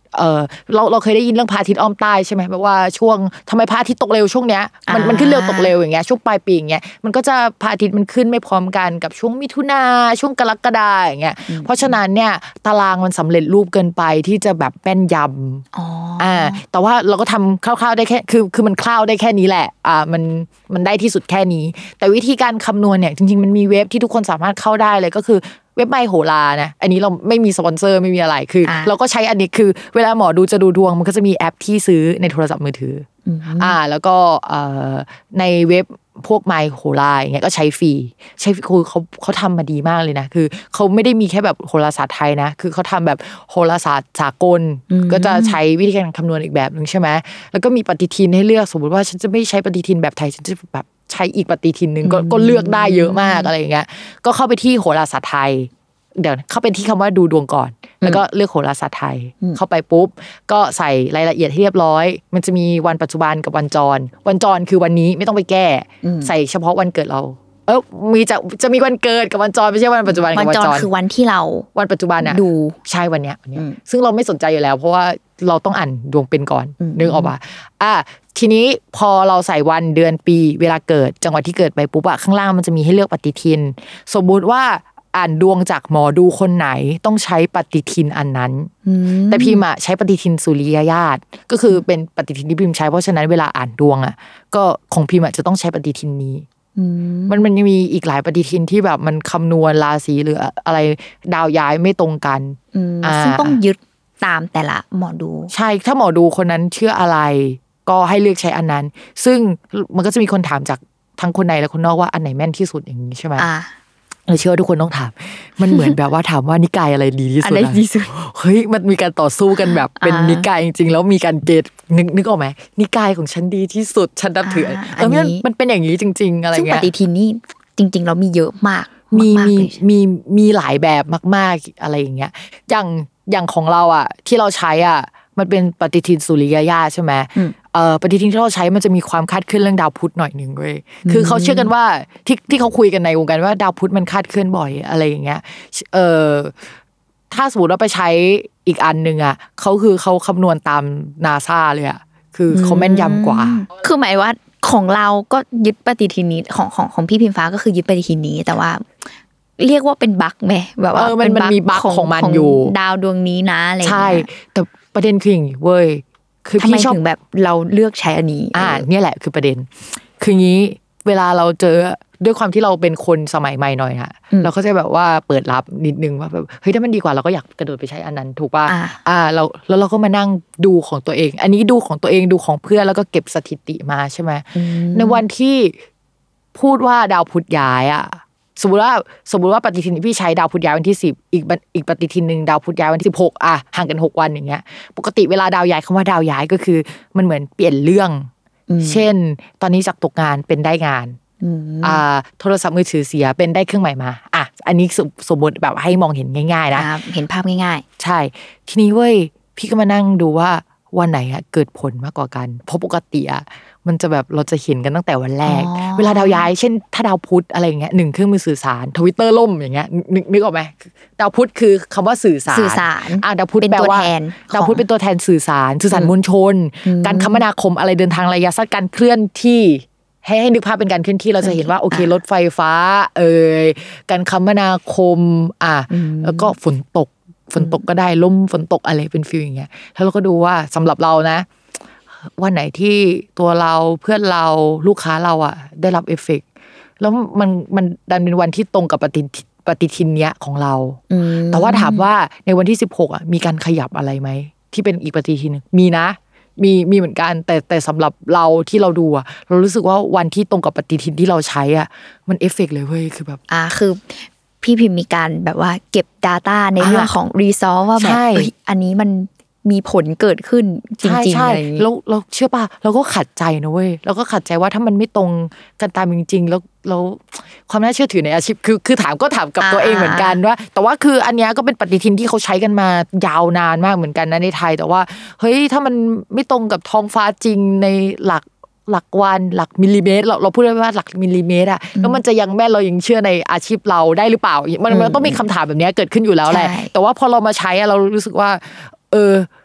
เออเราเราเคยได้ยินเรื่องพระอาทิตย์อ้อมใต้ใช่ไหมแบบว่าช่วงทำไมพระอาทิตย์ตกเร็วช่วงเนี้ยมันมันขึ้นเร็วตกเร็วอย่างเงี้ยช่วงปลายปีอย่างเงี้ยมันก็จะพระอาทิตย์มันขึ้นไม่พร้อมกันกับช่วงมิถุนาช่วงกรกฎาอย่างเงี้ยเพราะฉะนั้นเนี่ยตารางมันสำเร็จรูปเกินไปที่จะแบบแม่นยำอ๋ออ่าแต่ว่าเราก็ทำคร่าวๆได้แค่คือคือมันคร่าวได้แค่นี้แหละอ่ามันมันได้ที่สุดแค่นี้แต่วิธีการคำนวณเนี่ยจริงๆมันมีเว็บที่ทุกคนสามารถเข้าได้เลยก็คือเว็บไมโหรานะอันนี้เราไม่มีสปอนเซอร์ไม่มีอะไรคือเราก็ใช้อันนี้คือเวลาหมอดูจะดูดวงมันก็จะมีแอปที่ซื้อในโทรศัพท์มือถืออ่าแล้วก็เอ่อในเว็บพวกไมโหราอย่างเงี้ยก็ใช้ฟรีใช้คือเขาเขาทำมาดีมากเลยนะคือเขาไม่ได้มีแค่แบบโหราศาสตร์ไทยนะคือเขาทำแบบโหราศาสตร์สากลก็จะใช้วิธีการคำนวณอีกแบบนึงใช่ไหมแล้วก็มีปฏิทินให้เลือกสมมติว่าฉันจะไม่ใช้ปฏิทินแบบไทยฉันจะแบบใช้อีกปฏิทินนึงก็ก็เลือกได้เยอะมากอะไรอย่างเงี้ยก็เข้าไปที่โหราศาสตร์ไทยเดี๋ยวเข้าไปที่คำว่าดูดวงก่อนแล้วก็เลือกโหราศาสตร์ไทยเข้าไปปุ๊บก็ใส่รายละเอียดให้เรียบร้อยมันจะมีวันปัจจุบันกับวันจรวันจรคือวันนี้ไม่ต้องไปแก้ใส่เฉพาะวันเกิดเราเออมีจะจะมีวันเกิดกับวันจรไม่ใช่วันปัจจุบันกับวันจรคือวันที่เราวันปัจจุบันอะดูใช่วันเนี้ยวันเนี้ยซึ่งเราไม่สนใจอยู่แล้วเพราะว่าเราต้องอ่านดวงเป็นก่อนนึกออกป่ะอ่ะทีนี้พอเราใส่วันเดือนปีเวลาเกิดจังหวะที่เกิดไปปุ๊บอะข้างล่างมันจะมีให้เลือกปฏิทินสมมุติว่าอ่านดวงจากหมอดูคนไหนต้องใช้ปฏิทินอันนั้นแต่พิมพ์อะใช้ปฏิทินสุริยญาตก็คือเป็นปฏิทินที่พิมพ์ใช้เพราะฉะนั้นเวลาอ่านดวงอะก็ของพิมพ์อะจะต้องใช้ปฏิทินนี้มันมันมีอีกหลายปฏิทินที่แบบมันคำนวณราศีหรืออะไรดาวย้ายไม่ตรงกันซึ่งต้องยึดตามแต่ละหมอดูใช่ถ้าหมอดูคนนั้นเชื่ออะไรก็ให้เลือกใช้อันนั้นซึ่งมันก็จะมีคนถามจากทั้งคนในและคนนอกว่าอันไหนแม่นที่สุดอย่างนี้ใช่ไหมเราเชื่อว่าทุกคนต้องถามมันเหมือนแบบว่าถามว่านิกายอะไรดีที่สุดอะไรดีสุดเฮ้ยมันมีการต่อสู้กันแบบเป็นนิกายจริงๆแล้วมีการเกตนึกนึกออกไหมนิกายของฉันดีที่สุดฉันนับถือเออมันเป็นอย่างนี้จริงๆอะไรเงี้ยซึ่งปฏิทินนี่จริงๆเรามีเยอะมากมีมีมีมีหลายแบบมากๆอะไรอย่างเงี้ยอย่างอย่างของเราอ่ะที่เราใช้อ่ะมันเป็นปฏิทินสุริยญาตใช่ไหมเอ่อปฏิทินที่เราใช้มันจะมีความคาดเคลื่อนเรื่องดาวพุธหน่อยนึงเว้ยคือเขาเชื่อกันว่าที่ที่เขาคุยกันในวงการว่าดาวพุธมันคาดเคลื่อนบ่อยอะไรอย่างเงี้ยเอ่อถ้าสมมติว่าไปใช้อีกอันนึงอ่ะเขาคือเขาคำนวณตาม NASA เลยอ่ะคือเขาแม่นยำกว่าคือหมายว่าของเราก็ยึดปฏิทินนี้ของของของพี่พิมฟ้าก็คือยึดปฏิทินนี้แต่ว่าเรียกว่าเป็นบั๊กไหมแบบว่ามันมันมีบั๊กของมันอยู่ดาวดวงนี้นะอะไรใช่แต่ประเด็นคืออย่างนี้เว้ยคือพี่ชอบแบบเราเลือกใช้อันนี้อ่าเนี่ยแหละคือประเด็นคืองี้เวลาเราเจอด้วยความที่เราเป็นคนสมัยใหม่หน่อยอะเราก็จะแบบว่าเปิดรับนิดนึงว่าแบบเฮ้ยถ้ามันดีกว่าเราก็อยากกระโดดไปใช้อันนั้นถูกป่ะอ่าเราแล้วเราก็มานั่งดูของตัวเองอันนี้ดูของตัวเองดูของเพื่อนแล้วก็เก็บสถิติมาใช่ไหมในวันที่พูดว่าดาวพุธย้ายอะสมมติว่าสมมติว่าปฏิทินพี่ใช้ดาวพุธย้ายวันที่สิบอีกอีกปฏิทินนึงดาวพุธย้ายวันที่สิบหกอ่ะห่างกันหกวันอย่างเงี้ยปกติเวลาดาวย้ายคำว่าดาวย้ายก็คือมันเหมือนเปลี่ยนเรื่องเช่นตอนนี้จากตกงานเป็นได้งานอ่าโทรศัพท์มือถือเสียเป็นได้เครื่องใหม่มาอ่ะอันนี้สมมติแบบให้มองเห็นง่ายๆนะเห็นภาพง่ายๆใช่ทีนี้เว้ยพี่ก็มานั่งดูว่าวันไหนอะเกิดผลมากกว่ากันเพราะปกติอะมันจะแบบเราจะเห็นกันตั้งแต่วันแรกเวลาดาวย้ายเช่นถ้าดาวพุธอะไรอย่างเงี้ยหนึ่งเครื่องมือสื่อสาร Twitter ล่มอย่างเงี้ยนึกนึกออกไหมดาวพุธคือคำว่าสื่อสารสื่อสารอ่ะดาวพุธแปลว่าดาวพุธเป็นตัวแทนสื่อสารสื่อสารมวลชนการคมนาคมอะไรเดินทางระยะสั้นการเคลื่อนที่ให้ให้นึกภาพเป็นการเคลื่อนที่เราจะเห็นว่าโอเครถไฟฟ้าเอ่ยการคมนาคมอ่ะแล้วก็ฝนตกฝนตกก็ได้ลมฝนตกอะไรเป็นฟีลอย่างเงี้ยแล้วเราก็ดูว่าสำหรับเรานะวันไหนที่ตัวเราเพื่อนเราลูกค้าเราอ่ะได้รับเอฟเฟกต์แล้วมันมันดันเป็นวันที่ตรงกับปฏิปฏิทินเนี้ยของเราแต่ว่าถามว่าในวันที่สิบหกอ่ะมีการขยับอะไรไหมที่เป็นอีกปฏิทินนึงมีนะมีมีเหมือนกันแต่แต่สำหรับเราที่เราดูอ่ะเรารู้สึกว่าวันที่ตรงกับปฏิทินที่เราใช้อ่ะมันเอฟเฟกต์เลยเว้ยคือแบบอ่าคือพี่พิมพ์มีการแบบว่าเก็บ data ในเรื่องของ resolve ว่าแบบเอ้ยอันนี้มันมีผลเกิดขึ้นจริงๆอะไรอย่างนี้แล้วเราเชื่อป่ะเราก็ขัดใจนะเว้ยเราก็ขัดใจว่าถ้ามันไม่ตรงกันตามจริงๆแล้วแล้วความน่าเชื่อถือในอาชีพคือคือถามก็ถามกับตัวเองเหมือนกันว่าแต่ว่าคืออันนี้ก็เป็นปฏิทินที่เขาใช้กันมายาวนานมากเหมือนกันนะในไทยแต่ว่าเฮ้ยถ้ามันไม่ตรงกับท้องฟ้าจริงในหลักหลักวันหลักมิลลิเมตรเราเราพูดได้ว่าหลักมิลลิเมตรอะแล้วมันจะยังแม่นเรายังเชื่อในอาชีพเราได้หรือเปล่ามันมันต้องมีคำถามแบบนี้เกิดขึ้นอยู่แล้วแหละแต่ว่าพอเรามาใช้อะเรารู้สึกว่าเออ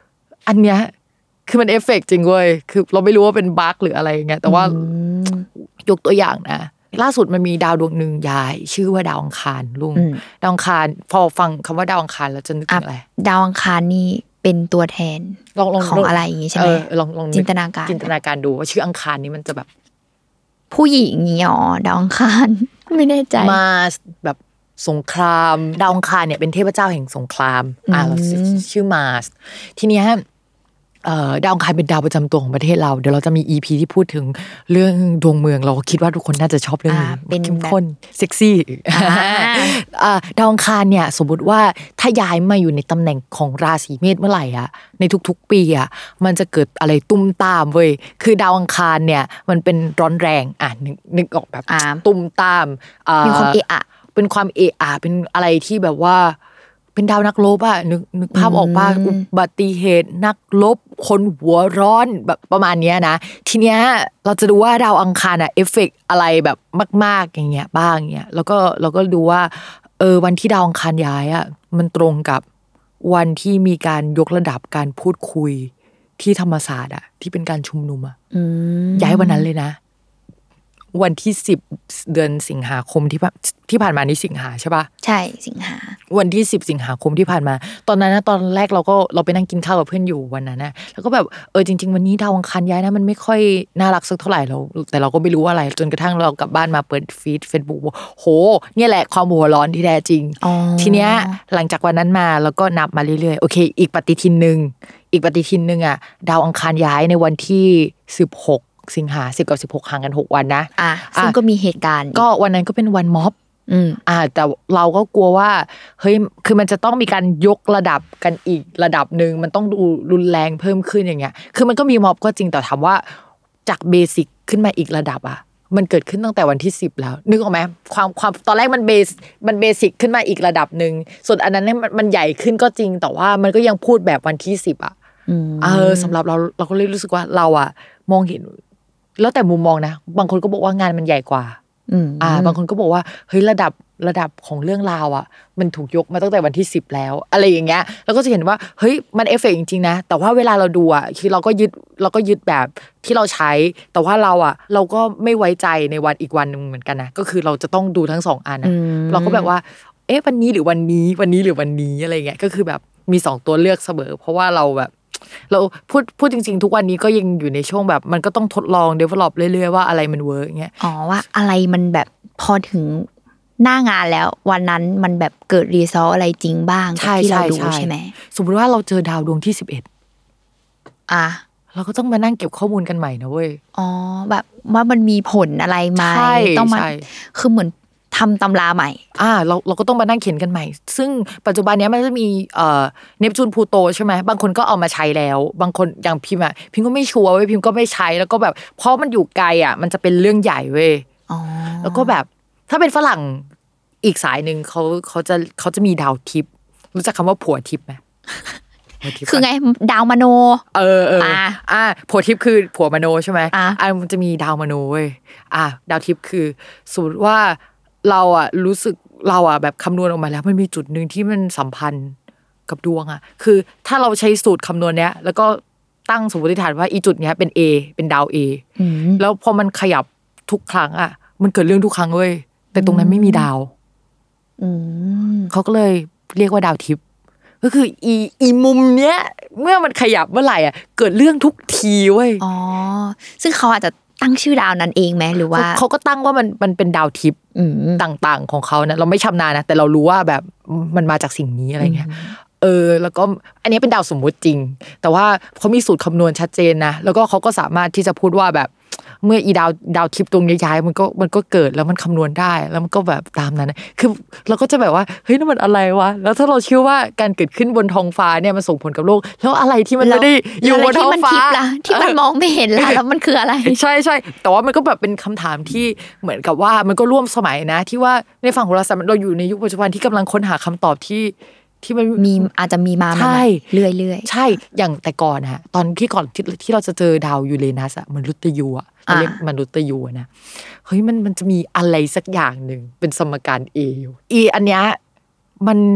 อันเนี้ยคือมันเอฟเฟกต์จริงเว้ยคือเราไม่รู้ว่าเป็นบั๊กหรืออะไรอย่างเงี้ยแต่ว่ายกตัวอย่างนะล่าสุดมันมีดาวดวงหนึ่งยายชื่อว่าดาวอังคารลุงดาวอังคารพอฟังคำว่าดาวอังคารแล้วจะนึกถึงอะไรดาวอังคารนี่เป็นตัวแทนของอะไรอย่างงี้ใช่ไหมลองลองจินตนาการจินตนาการดูว่าชื่ออังคารนี้มันจะแบบผู้หญิงงี้อ๋อดาวอังคารไม่แน่ใจมาแบบสงครามดาวอังคารเนี่ยเป็นเทพเจ้าแห่งสงครามอ่าชื่อมาสทีเนี้ยเอ่อดาวอังคารเป็นดาวประจำตัวของประเทศเราเดี๋ยวเราจะมี อี พี ที่พูดถึงเรื่องดวงเมืองเราคิดว่าทุกคนน่าจะชอบเรื่องนี้เป็นเข้มข้นเซ็กซี่อ่าดาวอังคารเนี่ยสมมุติว่าถ้าย้ายมาอยู่ในตำแหน่งของราศีเมษเมื่อไหร่อ่ะในทุกๆปีอ่ะมันจะเกิดอะไรตุ้มตามเว้ยคือดาวอังคารเนี่ยมันเป็นร้อนแรงอ่ะนึกนึกออกแบบตุ้มตามมีความเอะอะเป็นความเอะอะเป็นอะไรที่แบบว่าเป็นดาวนักรบอ่ะนึกนึกภาพออกป่ะอุบัติเหตุนักรบคนหัวร้อนแบบประมาณนี้นะทีเนี้ยเราจะดูว่าดาวอังคารอ่ะเอฟเฟกต์อะไรแบบมากๆอย่างเงี้ยบ้างเงี้ยแล้วก็เราก็ดูว่าเออวันที่ดาวอังคารย้ายอ่ะมันตรงกับวันที่มีการยกระดับการพูดคุยที่ธรรมศาสตร์อ่ะที่เป็นการชุมนุมอ่ะย้ายวันนั้นเลยนะวันที่สิบเดือนสิงหาคมที่ที่ผ่านมานี้สิงหาใช่ป่ะใช่สิงหาวันที่สิบสิงหาคมที่ผ่านมาตอนนั้นนะตอนแรกเราก็เราไปนั่งกินข้าวกับเพื่อนอยู่วันนั้นนะแล้วก็แบบเออจริงๆวันนี้ดาวอังคารย้ายนะมันไม่ค่อยน่ารักสักเท่าไหร่เราแต่เราก็ไม่รู้ว่าอะไรจนกระทั่งเรากลับบ้านมาเปิดฟีด Facebook โหเนี่ยแหละความหัวร้อนที่แท้จริงทีเนี้ยหลังจากวันนั้นมาแล้วก็นับมาเรื่อยๆโอเคอีกปฏิทินนึงอีกปฏิทินนึงอ่ะดาวอังคารย้ายในวันที่สิบหกสิงหาสิบกับสิบหกห่างกันหกวันนะอ่ะซึ่งก็มีเหตุการณ์ก็วันนั้นก็เป็นวันม็อบอืมอ่าแต่เราก็กลัวว่าเฮ้ยคือมันจะต้องมีการยกระดับกันอีกระดับนึงมันต้องดูรุนแรงเพิ่มขึ้นอย่างเงี้ยคือมันก็มีม็อบก็จริงแต่ถามว่าจากเบสิกขึ้นมาอีกระดับอ่ะมันเกิดขึ้นตั้งแต่วันที่สิบแล้วนึกออกมั้ยความความตอนแรกมันเบสมันเบสิกขึ้นมาอีกระดับนึงส่วนอันนั้นมันมันใหญ่ขึ้นก็จริงแต่ว่ามันก็ยังพูดแบบวันที่สิบอ่ะเออสำหรับเราเราก็เลยรู้สึกว่าเราอ่ะมองเห็นแล้วแต่มุมมองนะบางคนก็บอกว่างานมันใหญ่กว่าอ่าบางคนก็บอกว่าเฮ้ยระดับระดับของเรื่องราวอ่ะมันถูกยกมาตั้งแต่วันที่สิบแล้วอะไรอย่างเงี้ยแล้วก็จะเห็นว่าเฮ้ยมันเอฟเฟกต์จริงๆนะแต่ว่าเวลาเราดูอ่ะคือเราก็ยึดเราก็ยึดแบบที่เราใช้แต่ว่าเราอ่ะเราก็ไม่ไว้ใจในวันอีกวันนึงเหมือนกันนะก็คือเราจะต้องดูทั้งสองอันนะเราก็แบบว่าเอ๊ะวันนี้หรือวันนี้วันนี้หรือวันนี้อะไรเงี้ยก็คือแบบมีสองตัวเลือกเสมอเพราะว่าเราแบบเราพูดพูดจริงๆทุกวันนี้ก็ยังอยู่ในช่วงแบบมันก็ต้องทดลอง develop เรื่อยๆว่าอะไรมันเวิร์กเงี้ยอ๋อว่าอะไรมันแบบพอถึงหน้างานแล้ววันนั้นมันแบบเกิดรีซอลอะไรจริงบ้างที่เราดูใช่ไหมสมมติว่าเราเจอดาวดวงที่สิบเอ็ดอ่ะเราก็ต้องมานั่งเก็บข้อมูลกันใหม่นะเว้ยอ๋อแบบว่ามันมีผลอะไรไหมต้องมาคือเหมือนทำตำราใหม่อ่าเราเราก็ต้องมานั่งเขียนกันใหม่ซึ่งปัจจุบันนี้มันจะมีเอ่อเนปจูนพลูโตใช่ไหมบางคนก็เอามาใช้แล้วบางคนอย่างพิมพ์อ่ะพิมพ์ก็ไม่ชัวร์เว้ยพิมพ์ก็ไม่ใช้แล้วก็แบบเพราะมันอยู่ไกลอ่ะมันจะเป็นเรื่องใหญ่เว้ยอ๋อแล้วก็แบบถ้าเป็นฝรั่งอีกสายนึงเขาเขาจะเขาจะมีดาวทิพย์รู้จักคำว่าผัวทิพย์ไหมคือไงดาวมโนเออเอออ่าผัวทิพย์คือผัวมโนใช่ไหมอ่ามันจะมีดาวมโนเว้ยอ่าดาวทิพย์คือสมมติว่าเราอ่ะรู้สึกเราอ่ะแบบคำนวณออกมาแล้วมันมีจุดนึงที่มันสัมพันธ์กับดวงอ่ะคือถ้าเราใช้สูตรคำนวณเนี้ยแล้วก็ตั้งสมมติฐานว่าอีจุดเนี้ยเป็น A เป็นดาว A แล้วพอมันขยับทุกครั้งอ่ะมันเกิดเรื่องทุกครั้งเว้ยแต่ตรงนั้นไม่มีดาวเขาก็เลยเรียกว่าดาวทิพย์ก็คืออีอีมุมเนี้ยเมื่อมันขยับเมื่อไหร่อ่ะเกิดเรื่องทุกทีเว้ยอ๋อซึ่งเขาอาจจะตั้งชื่อดาวนั้นเองไหมหรือว่าเขาก็ตั้งว่ามันมันเป็นดาวทิพย์ต่างๆของเขานะเราไม่ชำนาญนะแต่เรารู้ว่าแบบมันมาจากสิ่งนี้อะไรเงี้ยเออแล้วก็อันนี้เป็นดาวสมมุติจริงแต่ว่าเขามีสูตรคำนวณชัดเจนนะแล้วก็เขาก็สามารถที่จะพูดว่าแบบเมื่ออีดาวดาวทิพย์ตรงย้ายๆมันก็มันก็เกิดแล้วมันคำนวณได้แล้วมันก็แบบตามนั้นนะคือเราก็จะแบบว่าเฮ้ยนั่นมันอะไรวะแล้วถ้าเราเชื่อว่าการเกิดขึ้นบนท้องฟ้าเนี่ยมันส่งผลกับโลกแล้วอะไรที่มันไม่ได้อยู่บนท้องฟ้าที่มันมองไม่เห็นล่ะแล้วมันคืออะไรใช่ใช่แต่ว่ามันก็แบบเป็นคำถามที่เหมือนกับว่ามันก็ร่วมสมัยนะที่ว่าในฝั่งโหราศาสตร์เราอยู่ในยุคปัจจุบันที่กำลังค้นหาคำตอบที่ที่มันมีอาจจะมีมาใหม่เรื่อยๆใช่อย่างแต่ก่อนฮะตอนที่ก่อนที่ที่เราจะเจอดาวยูเรนัสอะมนุษย์ยูอะเรียกมนุษย์ยูนะเฮ้ยมันมันจะมีอะไรสักอย่างหนึ่งเป็นสมการ A อยู่ E อันเนี้ยมัน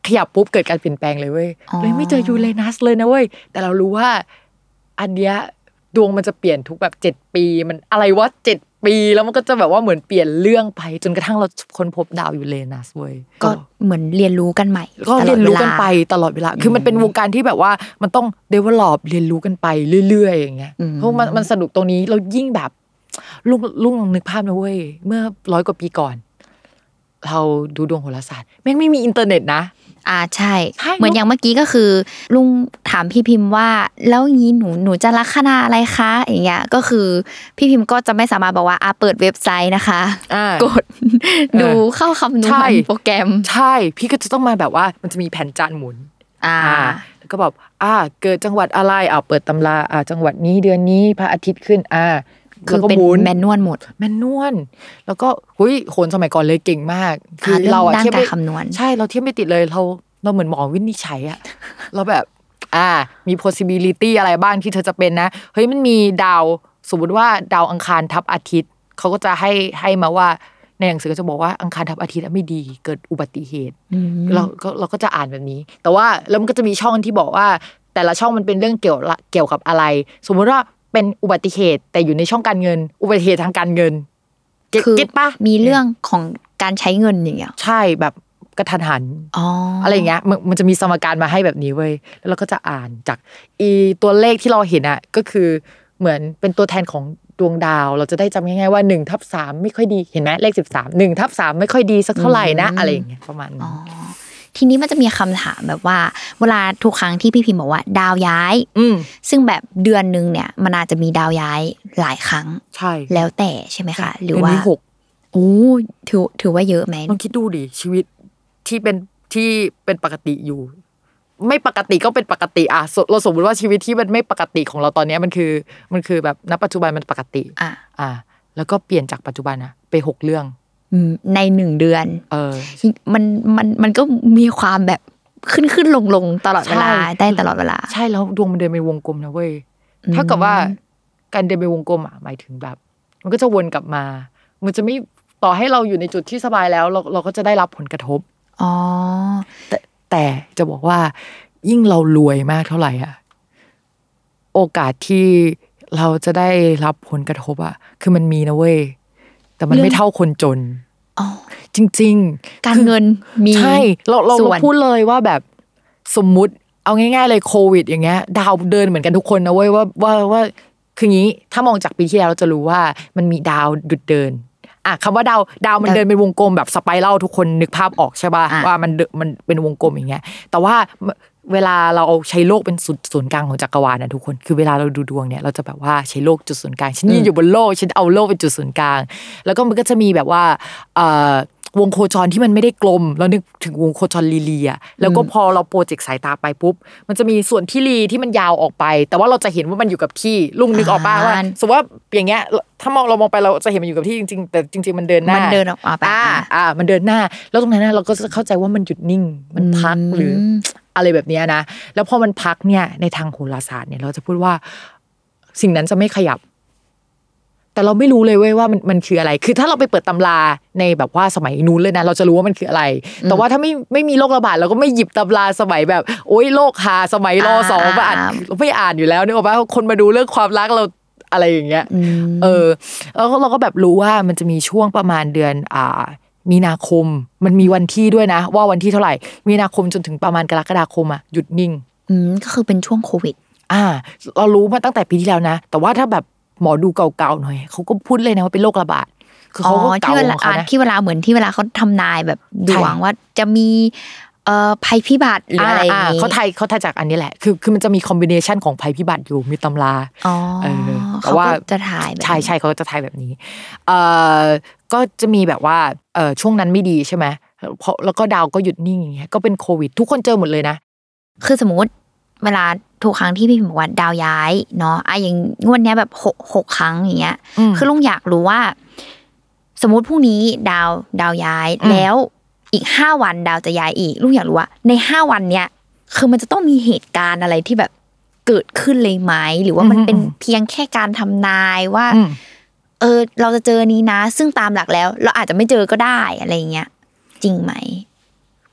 ขยับปุ๊บเกิดการเปลี่ยนแปลงเลยเว้ยเลยไม่เจอยูเรนัสเลยนะเว้ยแต่เรารู้ว่าอันเนี้ยดวงมันจะเปลี่ยนทุกแบบเจ็ดปีมันอะไรวะเจ็ดปีแล้วมันก็จะแบบว่าเหมือนเปลี่ยนเรื่องไปจนกระทั่งเราค้นพบดาวยูเรนัสเว้ยก็เหมือนเรียนรู้กันใหม่ก็เรียนรู้กันไปตลอดเวลาคือมันเป็นวงการที่แบบว่ามันต้อง develop เรียนรู้กันไปเรื่อยๆอย่างเงี้ยเพราะมันมันสนุกตรงนี้เรายิ่งแบบลุงลุงลองนึกภาพนะเว้ยเมื่อร้อยกว่าปีก่อนเราดูดวงโหราศาสตร์แม่งไม่มีอินเทอร์เน็ตนะอ่าใช่เหมือนอย่างเมื่อกี้ก็คือลุงถามพี่พิมพ์ว่าแล้วงี้หนูหนูจะลัคนาอะไรคะอย่างเงี้ยก็คือพี่พิมพ์ก็จะไม่สามารถบอกว่าอ่ะเปิดเว็บไซต์นะคะกดดูเข้าคำนวณโปรแกรมใช่พี่ก็จะต้องมาแบบว่ามันจะมีแผ่นจานหมุนอ่าแล้วก็แบบอ่าเกิดจังหวัดอะไรอ่าเปิดตำราอ่าจังหวัดนี้เดือนนี้พระอาทิตย์ขึ้นอ่าคือเป็นแมนนวลหมดแมนนวลแล้วก็หุ้ยคนสมัยก่อนเลยเก่งมากคือเราอะเทียบไม่คำนวณใช่เราเทียบไม่ติดเลยเราเราเหมือนหมอวินิจฉัยอะเราแบบอ่ามี possibility อะไรบ้างที่เธอจะเป็นนะเฮ้ยมันมีดาวสมมติว่าดาวอังคารทับอาทิตย์เขาก็จะให้ให้มาว่าในหนังสือก็จะบอกว่าอังคารทับอาทิตย์ไม่ดีเกิดอุบัติเหตุเราก็เราก็จะอ่านแบบนี้แต่ว่าแล้วมันก็จะมีช่องที่บอกว่าแต่ละช่องมันเป็นเรื่องเกี่ยวเกี่ยวกับอะไรสมมติว่าเป็นอุบัติเหตุแต่อยู่ในช่องการเงินอุบัติเหตุทางการเงินเก็ตปะมีเรื่องของการใช้เงินอย่างเงี้ยใช่แบบกระทันหันอ๋ออะไรอย่างเงี้ยมันมันจะมีสมการมาให้แบบนี้เว้ยแล้วเราก็จะอ่านจากอีตัวเลขที่เราเห็นอ่ะก็คือเหมือนเป็นตัวแทนของดวงดาวเราจะได้จำง่ายๆว่าหนึ่งทับสามไม่ค่อยดีเห็นไหมเลขสิบสาม หนึ่งทับสามไม่ค่อยดีสักเท่าไหร่นะอะไรอย่างเงี้ยประมาณนี้ทีนี้มันจะมีคำถามแบบว่าเวลาทุกครั้งที่พี่พิมพ์บอกว่าดาวย้ายซึ่งแบบเดือนนึงเนี่ยมันอาจจะมีดาวย้ายหลายครั้งใช่แล้วแต่ใช่ไหมคะหรือว่าหกโอ้ถือถือว่าเยอะไหมลองคิดดูดิชีวิตที่เป็นที่เป็นปกติอยู่ไม่ปกติก็เป็นปกติอ่ะเราสมมติว่าชีวิตที่มันไม่ปกติของเราตอนนี้มันคือมันคือแบบณปัจจุบันมันปกติอ่ะอ่ะแล้วก็เปลี่ยนจากปัจจุบันนะไปหกเรื่องในหนึ่งเดือนเออมันมันมันก็มีความแบบขึ้นขึ้นลงลงตลอดเวลาได้ตลอดเวลาใช่แล้วดวงมันเดินเป็นวงกลมนะเว้ยถ้ากับว่าการเดินเป็นวงกลมอ่ะหมายถึงแบบมันก็จะวนกลับมามันจะไม่ต่อให้เราอยู่ในจุดที่สบายแล้วเราเราก็จะได้รับผลกระทบอ๋อแต่แต่จะบอกว่ายิ่งเรารวยมากเท่าไหร่อ่ะโอกาสที่เราจะได้รับผลกระทบอ่ะคือมันมีนะเว้ยแต่มันไม่เท่าคนจนอ๋อจริงๆการเงินมีใช่เราเราพูดเลยว่าแบบสมมุติเอาง่ายๆเลยโควิดอย่างเงี้ยดาวเดินเหมือนกันทุกคนนะเว้ยว่าว่าว่าคืองี้ถ้ามองจากปีที่แล้วเราจะรู้ว่ามันมีดาวดุดเดินอ่ะคำว่าดาวดาวมันเดินเป็นวงกลมแบบสไปรัลทุกคนนึกภาพออกใช่ป่ะว่ามันมันเป็นวงกลมอย่างเงี้ยแต่ว่าเวลาเราใช้โลกเป็นศูนย์ศูนย์กลางของจักรวาลนะทุกคนคือเวลาเราดูดวงเนี่ยเราจะแบบว่าใช้โลกจุดศูนย์กลางฉันยืนอยู่บนโลกฉันเอาโลกเป็นจุดศูนย์กลางแล้วก็มันก็จะมีแบบว่าเอ่อวงโคจรที่มันไม่ได้กลมเรานึกถึงวงโคจรลีลีอ่ะแล้วก็พอเราโปรเจกต์สายตาไปปุ๊บมันจะมีส่วนที่ลีที่มันยาวออกไปแต่ว่าเราจะเห็นว่ามันอยู่กับที่ลุงนึกออกป่ะว่าสมมติว่าอย่างเงี้ยถ้ามองเรามองไปเราจะเห็นมันอยู่กับที่จริงๆแต่จริงๆมันเดินหน้ามันเดินออกมาอ่าอ่ามันเดินหน้าแล้วตรงนั้นเราก็จะเข้าใจว่ามันหยุดนิ่งมันพักหรืออะไรแบบนี้นะแล้วพอมันพักเนี่ยในทางโหราศาสตร์เนี่ยเราจะพูดว่าสิ่งนั้นจะไม่ขยับแต่เราไม่รู้เลยเว้ยว่ามันมันคืออะไรคือถ้าเราไปเปิดตำราในแบบว่าสมัยนู้นเลยนะเราจะรู้ว่ามันคืออะไรแต่ว่าถ้าไม่ไม่มีโรคระบาดเราก็ไม่หยิบตำราสมัยแบบโอ๊ยโรคหาสมัยรอสองมาอ่านเราไม่อ่านอยู่แล้วนึกออกป่ะคนมาดูเรื่องความรักเราอะไรอย่างเงี้ยเออแล้วเราก็แบบรู้ว่ามันจะมีช่วงประมาณเดือนอ่ามีนาคมมันมีวันที่ด้วยนะว่าวันที่เท่าไหร่มีนาคมจนถึงประมาณกรกฎาคมอ่ะหยุดนิ่งอืมก็คือเป็นช่วงโควิดอ่าเรารู้มาตั้งแต่ปีที่แล้วนะแต่ว่าถ้าแบบหมอดูเก่าๆหน่อยเขาก็พูดเลยนะว่าเป็นโรคระบาดคือเขาก็เก่าของเขานะที่เวลาเหมือนที่เวลาเขาทำนายแบบดวงว่าจะมีเอ่อภัยพิบัติหรืออะไรอย่างงี้เขาไทยเขาไทยจากอันนี้แหละคือคือมันจะมีคอมบิเนชันของภัยพิบัติอยู่มีตำราอ๋อแต่ว่าจะถ่ายแบบใช่ใช่เขาจะถ่ายแบบนี้เอ่อก็จะมีแบบว่าเอ่อช่วงนั้นไม่ดีใช่ไหมเพราะแล้วก็ดาวก็หยุดนิ่งอย่างเงี้ยก็เป็นโควิดทุกคนเจอหมดเลยนะคือสมมติเวลาทุกครั้งที่พี่พิมบอกว่าดาวย้ายเนาะอ่ะอย่างงวดเนี้ยแบบหก หกครั้งอย่างเงี้ยคือลุงอยากรู้ว่าสมมุติพรุ่งนี้ดาวดาวย้ายแล้วอีกห้าวันดาวจะย้ายอีกลุงอยากรู้ว่าในห้าวันเนี้ยคือมันจะต้องมีเหตุการณ์อะไรที่แบบเกิดขึ้นเลยไหมหรือว่ามันเป็นเพียงแค่การทำนายว่าเออเราจะเจอนี้นะซึ่งตามหลักแล้วเราอาจจะไม่เจอก็ได้อะไรเงี้ยจริงไหม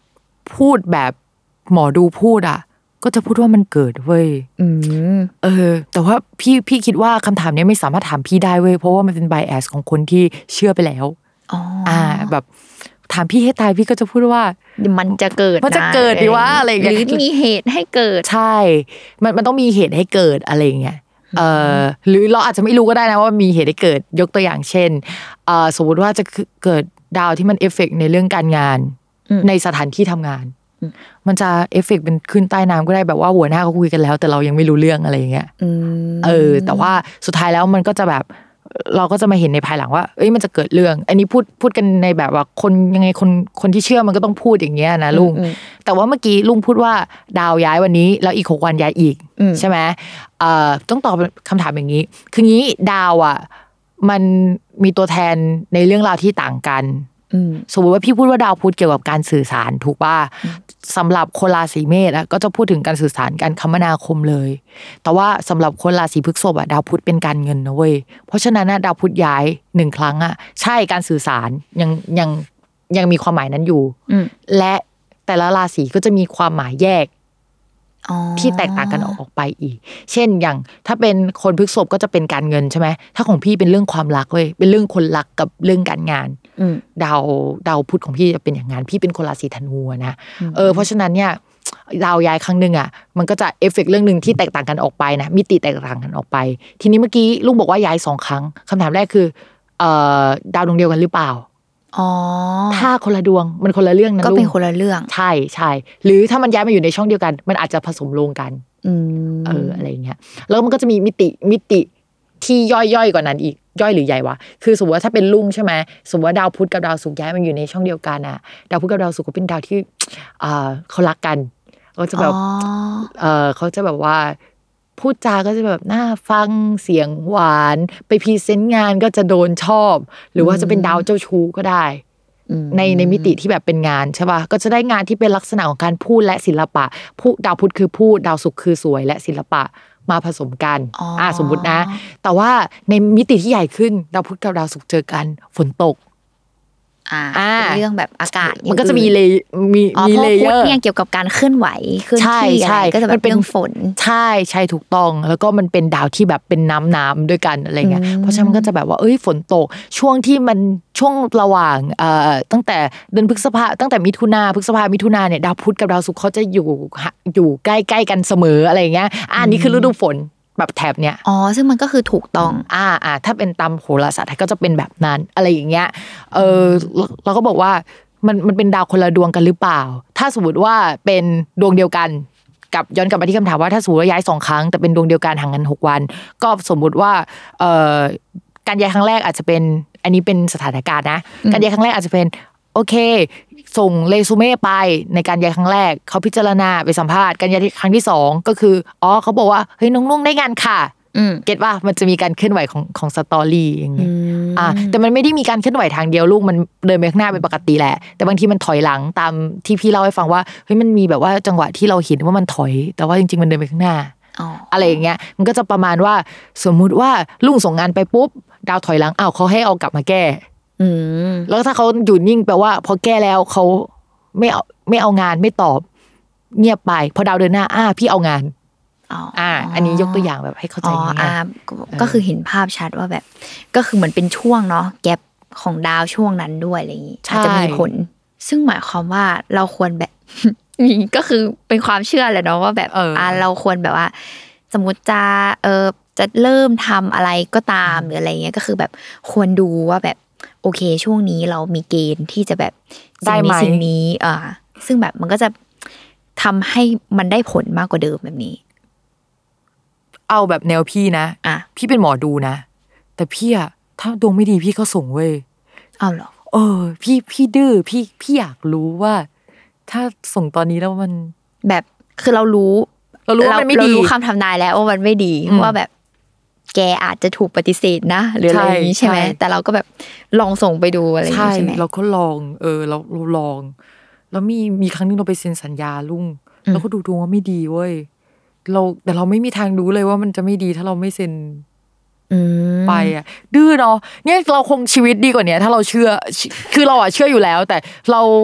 พูดแบบหมอดูพูดอ่ะก็จะพูดว่ามันเกิดเว้ยอืมเออแต่ว่าพี่พี่คิดว่าคำถามนี้ไม่สามารถถามพี่ได้เว้ยเพราะว่ามันเป็น bias ของคนที่เชื่อไปแล้วอ๋ออ่าแบบถามพี่ให้ตายพี่ก็จะพูดว่ามันจะเกิดมันจะเกิดดิวะอะไรอย่างเงี้ยหรือมีเหตุให้เกิดใช่มันมันต้องมีเหตุให้เกิดอะไรอย่างเงี้ยเออหรือเราอาจจะไม่รู้ก็ได้นะว่ามีเหตุให้เกิดยกตัวอย่างเช่นเออสมมติว่าจะเกิดดาวที่มันเอฟเฟกต์ในเรื่องการงานในสถานที่ทำงานมันจะเอฟเฟกต์เป็นขึ้นใต้น้ำก็ได้แบบว่าหัวหน้าเขาคุยกันแล้วแต่เรายังไม่รู้เรื่องอะไรอย่างเงี้ยเออแต่ว่าสุดท้ายแล้วมันก็จะแบบเราก็จะมาเห็นในภายหลังว่าเอ้ยมันจะเกิดเรื่องอันนี้พูดพูดกันในแบบว่าคนยังไงคนคนที่เชื่อมันก็ต้องพูดอย่างเงี้ยนะลุงแต่ว่าเมื่อกี้ลุงพูดว่าดาวย้ายวันนี้แล้วอีกหกวันย้ายอีกใช่ไหมเอ่อต้องตอบคำถามอย่างนี้คืองี้ดาวอ่ะมันมีตัวแทนในเรื่องราวที่ต่างกันสมมติว่าพี่พูดว่าดาวพุธเกี่ยวกับการสื่อสารถูกป่ะสำหรับคนราศีเมษอ่ะก็จะพูดถึงการสื่อสารการคมนาคมเลยแต่ว่าสำหรับคนราศีพฤษภอ่ะดาวพุธเป็นการเงินนะเว้ยเพราะฉะนั้นนะดาวพุธย้ายหนึ่งครั้งอ่ะใช่การสื่อสารยังยังยังมีความหมายนั้นอยู่และแต่ละราศีก็จะมีความหมายแยกที่แตกต่างกันออกไปอีกเช่นอย่างถ้าเป็นคนพฤษภก็จะเป็นการเงินใช่ไหมถ้าของพี่เป็นเรื่องความรักเว้ยเป็นเรื่องคนรักกับเรื่องการงานดาวดาวพุธของพี่จะเป็นอย่างนั้นพี่เป็นคนราศีธนูนะเออเพราะฉะนั้นเนี่ยดาวย้ายครั้งนึงอ่ะมันก็จะเอฟเฟกต์เรื่องนึงที่แตกต่างกันออกไปนะมิติแตกต่างกันออกไปทีนี้เมื่อกี้ลุงบอกว่าย้ายสองครั้งคำถามแรกคือเอ่อดาวดวงเดียวกันหรือเปล่าอ๋อถ้าคนละดวงมันคนละเรื่องนะก็เป็นคนละเรื่องใช่ใช่หรือถ้ามันย้ายมาอยู่ในช่องเดียวกันมันอาจจะผสมลงกันเอออะไรอย่างเงี้ยแล้วมันก็จะมีมิติมิติที่ย่อยๆกว่านั้นอีกย่อยหรือใหญ่วะคือสมมติว่าถ้าเป็นลุงใช่ไหมสมมติว่าดาวพุธกับดาวศุกร์ย้ายมันอยู่ในช่องเดียวกันอ่ะดาวพุธกับดาวศุกร์ก็เป็นดาวที่อ่าเขารักกันเขาจะแบบเออเขาจะแบบว่าพูดจาก็จะแบบน่าฟังเสียงหวานไปพรีเซนต์งานก็จะโดนชอบหรือว่าจะเป็นดาวเจ้าชู้ก็ได้ในในมิติที่แบบเป็นงานใช่ป่ะก็จะได้งานที่เป็นลักษณะของการพูดและศิลปะพูดดาวพุธคือพูดดาวศุกร์คือสวยและศิลปะมาผสมกันอ่าสมมุตินะแต่ว่าในมิติที่ใหญ่ขึ้นดาวพุธกับดาวศุกร์เจอกันฝนตกอ่าเป็นเรื่องแบบอากาศมันก็จะมีเลมีมีเลเยอร์เนี่ยเกี่ยวกับการเคลื่อนไหวเคลื่อนที่อะไรก็จะแบบเป็นฝนใช่ใช่ถูกต้องแล้วก็มันเป็นดาวที่แบบเป็นน้ำน้ำด้วยกันอะไรเงี้ยเพราะฉะนั้นมันก็จะแบบว่าเอ้ยฝนตกช่วงที่มันช่วงระหว่างเอ่อตั้งแต่เดือนพฤษภาตั้งแต่มิถุนาพฤษภามิถุนาเนี่ยดาวพุธกับดาวศุกร์เขาจะอยู่อยู่ใกล้ๆกันเสมออะไรเงี้ยอ่านี่คือฤดูฝนแบบแถบเนี้ยอ๋อซึ่งมันก็คือถูกต้องอ่าอ่าถ้าเป็นตามโหราศาสตร์ไทยก็จะเป็นแบบนั้นอะไรอย่างเงี้ยเออเราก็บอกว่ามันมันเป็นดาวคนละดวงกันหรือเปล่าถ้าสมมติว่าเป็นดวงเดียวกันกับย้อนกลับมาที่คำถามว่าถ้าสมมติว่าย้ายสองครั้งแต่เป็นดวงเดียวกันห่างกันหกวันก็สมมติว่าเอ่อการย้ายครั้งแรกอาจจะเป็นอันนี้เป็นสถานการณ์นะการย้ายครั้งแรกอาจจะเป็นโอเคส่งเรซูเม่ไปในการย้ายครั้งแรกเขาพิจารณาไปสัมภาษณ์การย้ายครั้งที่สองก็คืออ๋อเขาบอกว่าเฮ้ยน้องนุ่งได้งานค่ะเก็ทว่ามันจะมีการเคลื่อนไหวของของสตอรี่อย่างเงี้ยอ่าแต่มันไม่ได้มีการเคลื่อนไหวทางเดียวลูกมันเดินไปข้างหน้าเป็นปกติแหละแต่บางทีมันถอยหลังตามที่พี่เล่าให้ฟังว่าเฮ้ยมันมีแบบว่าจังหวะที่เราเห็นว่ามันถอยแต่ว่าจริงๆมันเดินไปข้างหน้าอะไรอย่างเงี้ยมันก็จะประมาณว่าสมมุติว่าลุงส่งงานไปปุ๊บดาวถอยหลังอ้าวเขาให้เอากลับมาแก้แล้วถ้าเขาอยู่นิ่งแปลว่าพอแก้แล้วเขาไม่เอาไม่เอางานไม่ตอบเงียบไปพอดาวเดินหน้าอ่าพี่เอางานอ่าอันนี้ยกตัวอย่างแบบให้เข้าใจง่ายๆก็คือเห็นภาพชัดว่าแบบก็คือเหมือนเป็นช่วงเนาะแกปของดาวช่วงนั้นด้วยอะไรอย่างงี้อาจจะมีผลซึ่งหมายความว่าเราควรแบบนี่ก็คือเป็นความเชื่อแหละเนาะว่าแบบอ่าเราควรแบบว่าสมมติจะเออจะเริ่มทำอะไรก็ตามหรืออะไรเงี้ยก็คือแบบควรดูว่าแบบโอเคช่วงนี้เรามีเกณฑ์ที่จะแบบสิ่งนี้สิ่งนี้อ่าซึ่งแบบมันก็จะทำให้มันได้ผลมากกว่าเดิมแบบนี้เอาแบบแนวพี่นะอ่ะพี่เป็นหมอดูนะแต่พี่อะถ้าดวงไม่ดีพี่ก็ส่งเว้ยเอาเหรอเออพี่พี่ดื้อพี่พี่อยากรู้ว่าถ้าส่งตอนนี้แล้วมันแบบคือเรารู้เรารู้ว่ามันไม่ดีเรารู้คำทำนายแล้วว่ามันไม่ดีว่าแบบแกอาจจะถูกปฏิเสธนะหรืออะไรอย่างนี้ใช่ไหมแต่เราก็แบบลองส่งไปดูอะไรอย่างนี้ใช่ไหมเราก็ลองเออเราเราลองแล้วมีมีครั้งนึงเราไปเซ็นสัญญาลุงแล้วก็ดูดวงว่าไม่ดีเว้ยเราแต่เราไม่มีทางรู้เลยว่ามันจะไม่ดีถ้าเราไม่เซ็นไปอ่ะดื้อเนาะเนี่ยเราคงชีวิตดีกว่านี้ถ้าเราเชื่อคือเราอ่ะเชื่ออยู่แล้วแต่เรา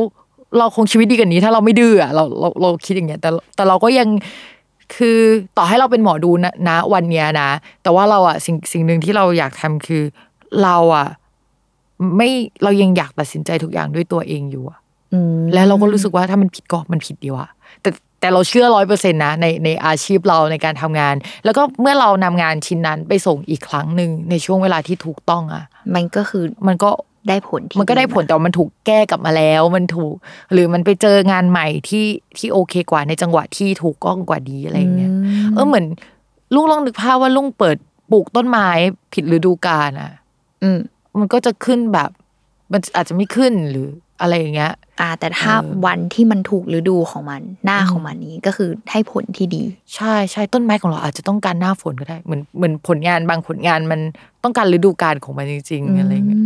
เราคงชีวิตดีกว่านี้ถ้าเราไม่ดื้ออ่ะเราเราเราคิดอย่างเงี้ยแต่แต่เราก็ยังคือต่อให้เราเป็นหมอดูนะนะวันเนี้ยนะแต่ว่าเราอ่ะสิ่งสิ่งหนึ่งที่เราอยากทำคือเราอ่ะไม่เรายังอยากตัดสินใจทุกอย่างด้วยตัวเองอยู่อ่ะแล้วเราก็รู้สึกว่าถ้ามันผิดก็มันผิดดีว่ะแต่แต่เราเชื่อร้อยเปอร์เซ็นต์นะในในอาชีพเราในการทำงานแล้วก็เมื่อเรานำงานชิ้นนั้นไปส่งอีกครั้งหนึ่งในช่วงเวลาที่ถูกต้องอ่ะมันก็คือมันก็ได้ผลมันก็ได้ผลแต่มันถูกแก้กลับมาแล้วมันถูกหรือมันไปเจองานใหม่ที่ที่โอเคกว่าในจังหวะที่ถูกต้องกว่าดีอะไรอย่างเงี้ยเออเหมือนลุงลองนึกภาพว่าลุงเปิดปลูกต้นไม้ผิดฤดูกาลอ่ะอืมมันก็จะขึ้นแบบมันอาจจะไม่ขึ้นหรืออะไรอย่างเงี้ยอ่าแต่ถ้าวันที่มันถูกฤดูของมันหน้าของมันนี้ก็คือให้ผลที่ดีใช่ใช่ต้นไม้ของเราอาจจะต้องการหน้าฝนก็ได้เหมือนเหมือนผลงานบางผลงานมันต้องการฤดูกาลของมันจริงๆอะไรอย่างเงี้ย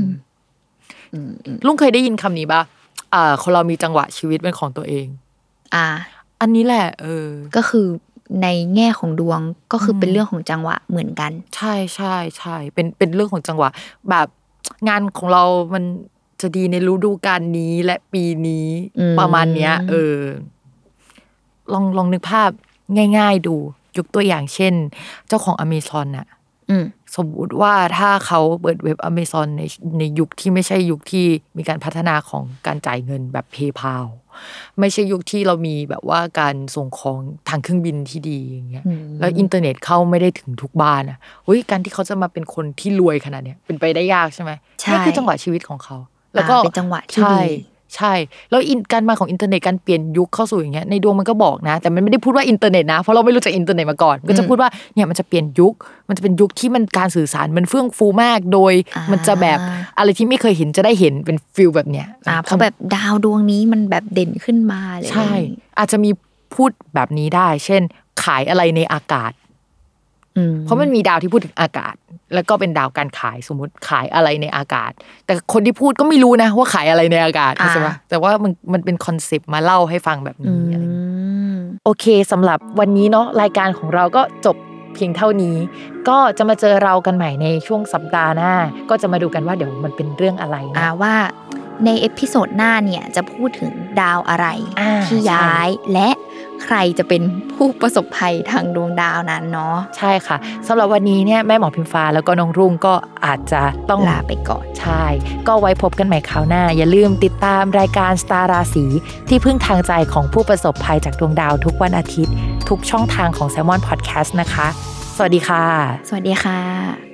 ลุงเคยได้ยินคำนี้ป่ะอ่าคนเรามีจังหวะชีวิตเป็นของตัวเองอ่าอันนี้แหละเออก็คือในแง่ของดวงก็คือเป็นเรื่องของจังหวะเหมือนกันใช่ใช่ใช่เป็นเป็นเรื่องของจังหวะแบบงานของเรามันจะดีในฤดูกาลนี้และปีนี้ประมาณเนี้ยเออลองลองนึกภาพง่ายๆดูยกตัวอย่างเช่นเจ้าของ Amazon น่ะสมมุติว่าถ้าเขาเปิดเว็บ Amazon ในในยุคที่ไม่ใช่ยุคที่มีการพัฒนาของการจ่ายเงินแบบ PayPal ไม่ใช่ยุคที่เรามีแบบว่าการส่งของทางเครื่องบินที่ดีอย่างเงี้ยแล้วอินเทอร์เน็ตเข้าไม่ได้ถึงทุกบ้านอ่ะเฮ้ยการที่เขาจะมาเป็นคนที่รวยขนาดเนี้ยเป็นไปได้ยากใช่ไหมนี่คือจังหวะชีวิตของเขาแล้วก็เป็นจังหวะที่ดีใช่แล้วการมาของอินเทอร์เน็ตการเปลี่ยนยุคเข้าสู่อย่างเงี้ยในดวงมันก็บอกนะแต่มันไม่ได้พูดว่าอินเทอร์เน็ตนะเพราะเราไม่รู้จักอินเทอร์เน็ตมาก่อนก็จะพูดว่าเนี่ยมันจะเปลี่ยนยุคมันจะเป็นยุคที่มันการสื่อสารมันเฟื่องฟูมากโดยมันจะแบบอะไรที่ไม่เคยเห็นจะได้เห็นเป็นฟิลแบบเนี้ยอ่าเพราะแบบดาวดวงนี้มันแบบเด่นขึ้นมาเลยใช่อาจจะมีพูดแบบนี้ได้เช่นขายอะไรในอากาศเพราะมันมีดาวที่พูดถึงอากาศแล้วก็เป็นดาวการขายสมมุติขายอะไรในอากาศแต่คนที่พูดก็ไม่รู้นะว่าขายอะไรในอากาศใช่ปะแต่ว่ามันมันเป็นคอนเซปต์มาเล่าให้ฟังแบบนี้อะไรโอเคสำหรับวันนี้เนาะรายการของเราก็จบเพียงเท่านี้ก็จะมาเจอเรากันใหม่ในช่วงสัปดาห์หน้าก็จะมาดูกันว่าเดี๋ยวมันเป็นเรื่องอะไรนะว่าในเอพิโซดหน้าเนี่ยจะพูดถึงดาวอะไรที่ย้ายและใครจะเป็นผู้ประสบภัยทางดวงดาวนั้นเนาะใช่ค่ะสำหรับวันนี้เนี่ยแม่หมอพิมฟ้าแล้วก็น้องรุ่งก็อาจจะต้องลาไปก่อนใช่ก็ไว้พบกันใหม่คราวหน้าอย่าลืมติดตามรายการสตาร์ราศีที่พึ่งทางใจของผู้ประสบภัยจากดวงดาวทุกวันอาทิตย์ทุกช่องทางของ Salmon Podcast นะคะสวัสดีค่ะสวัสดีค่ะ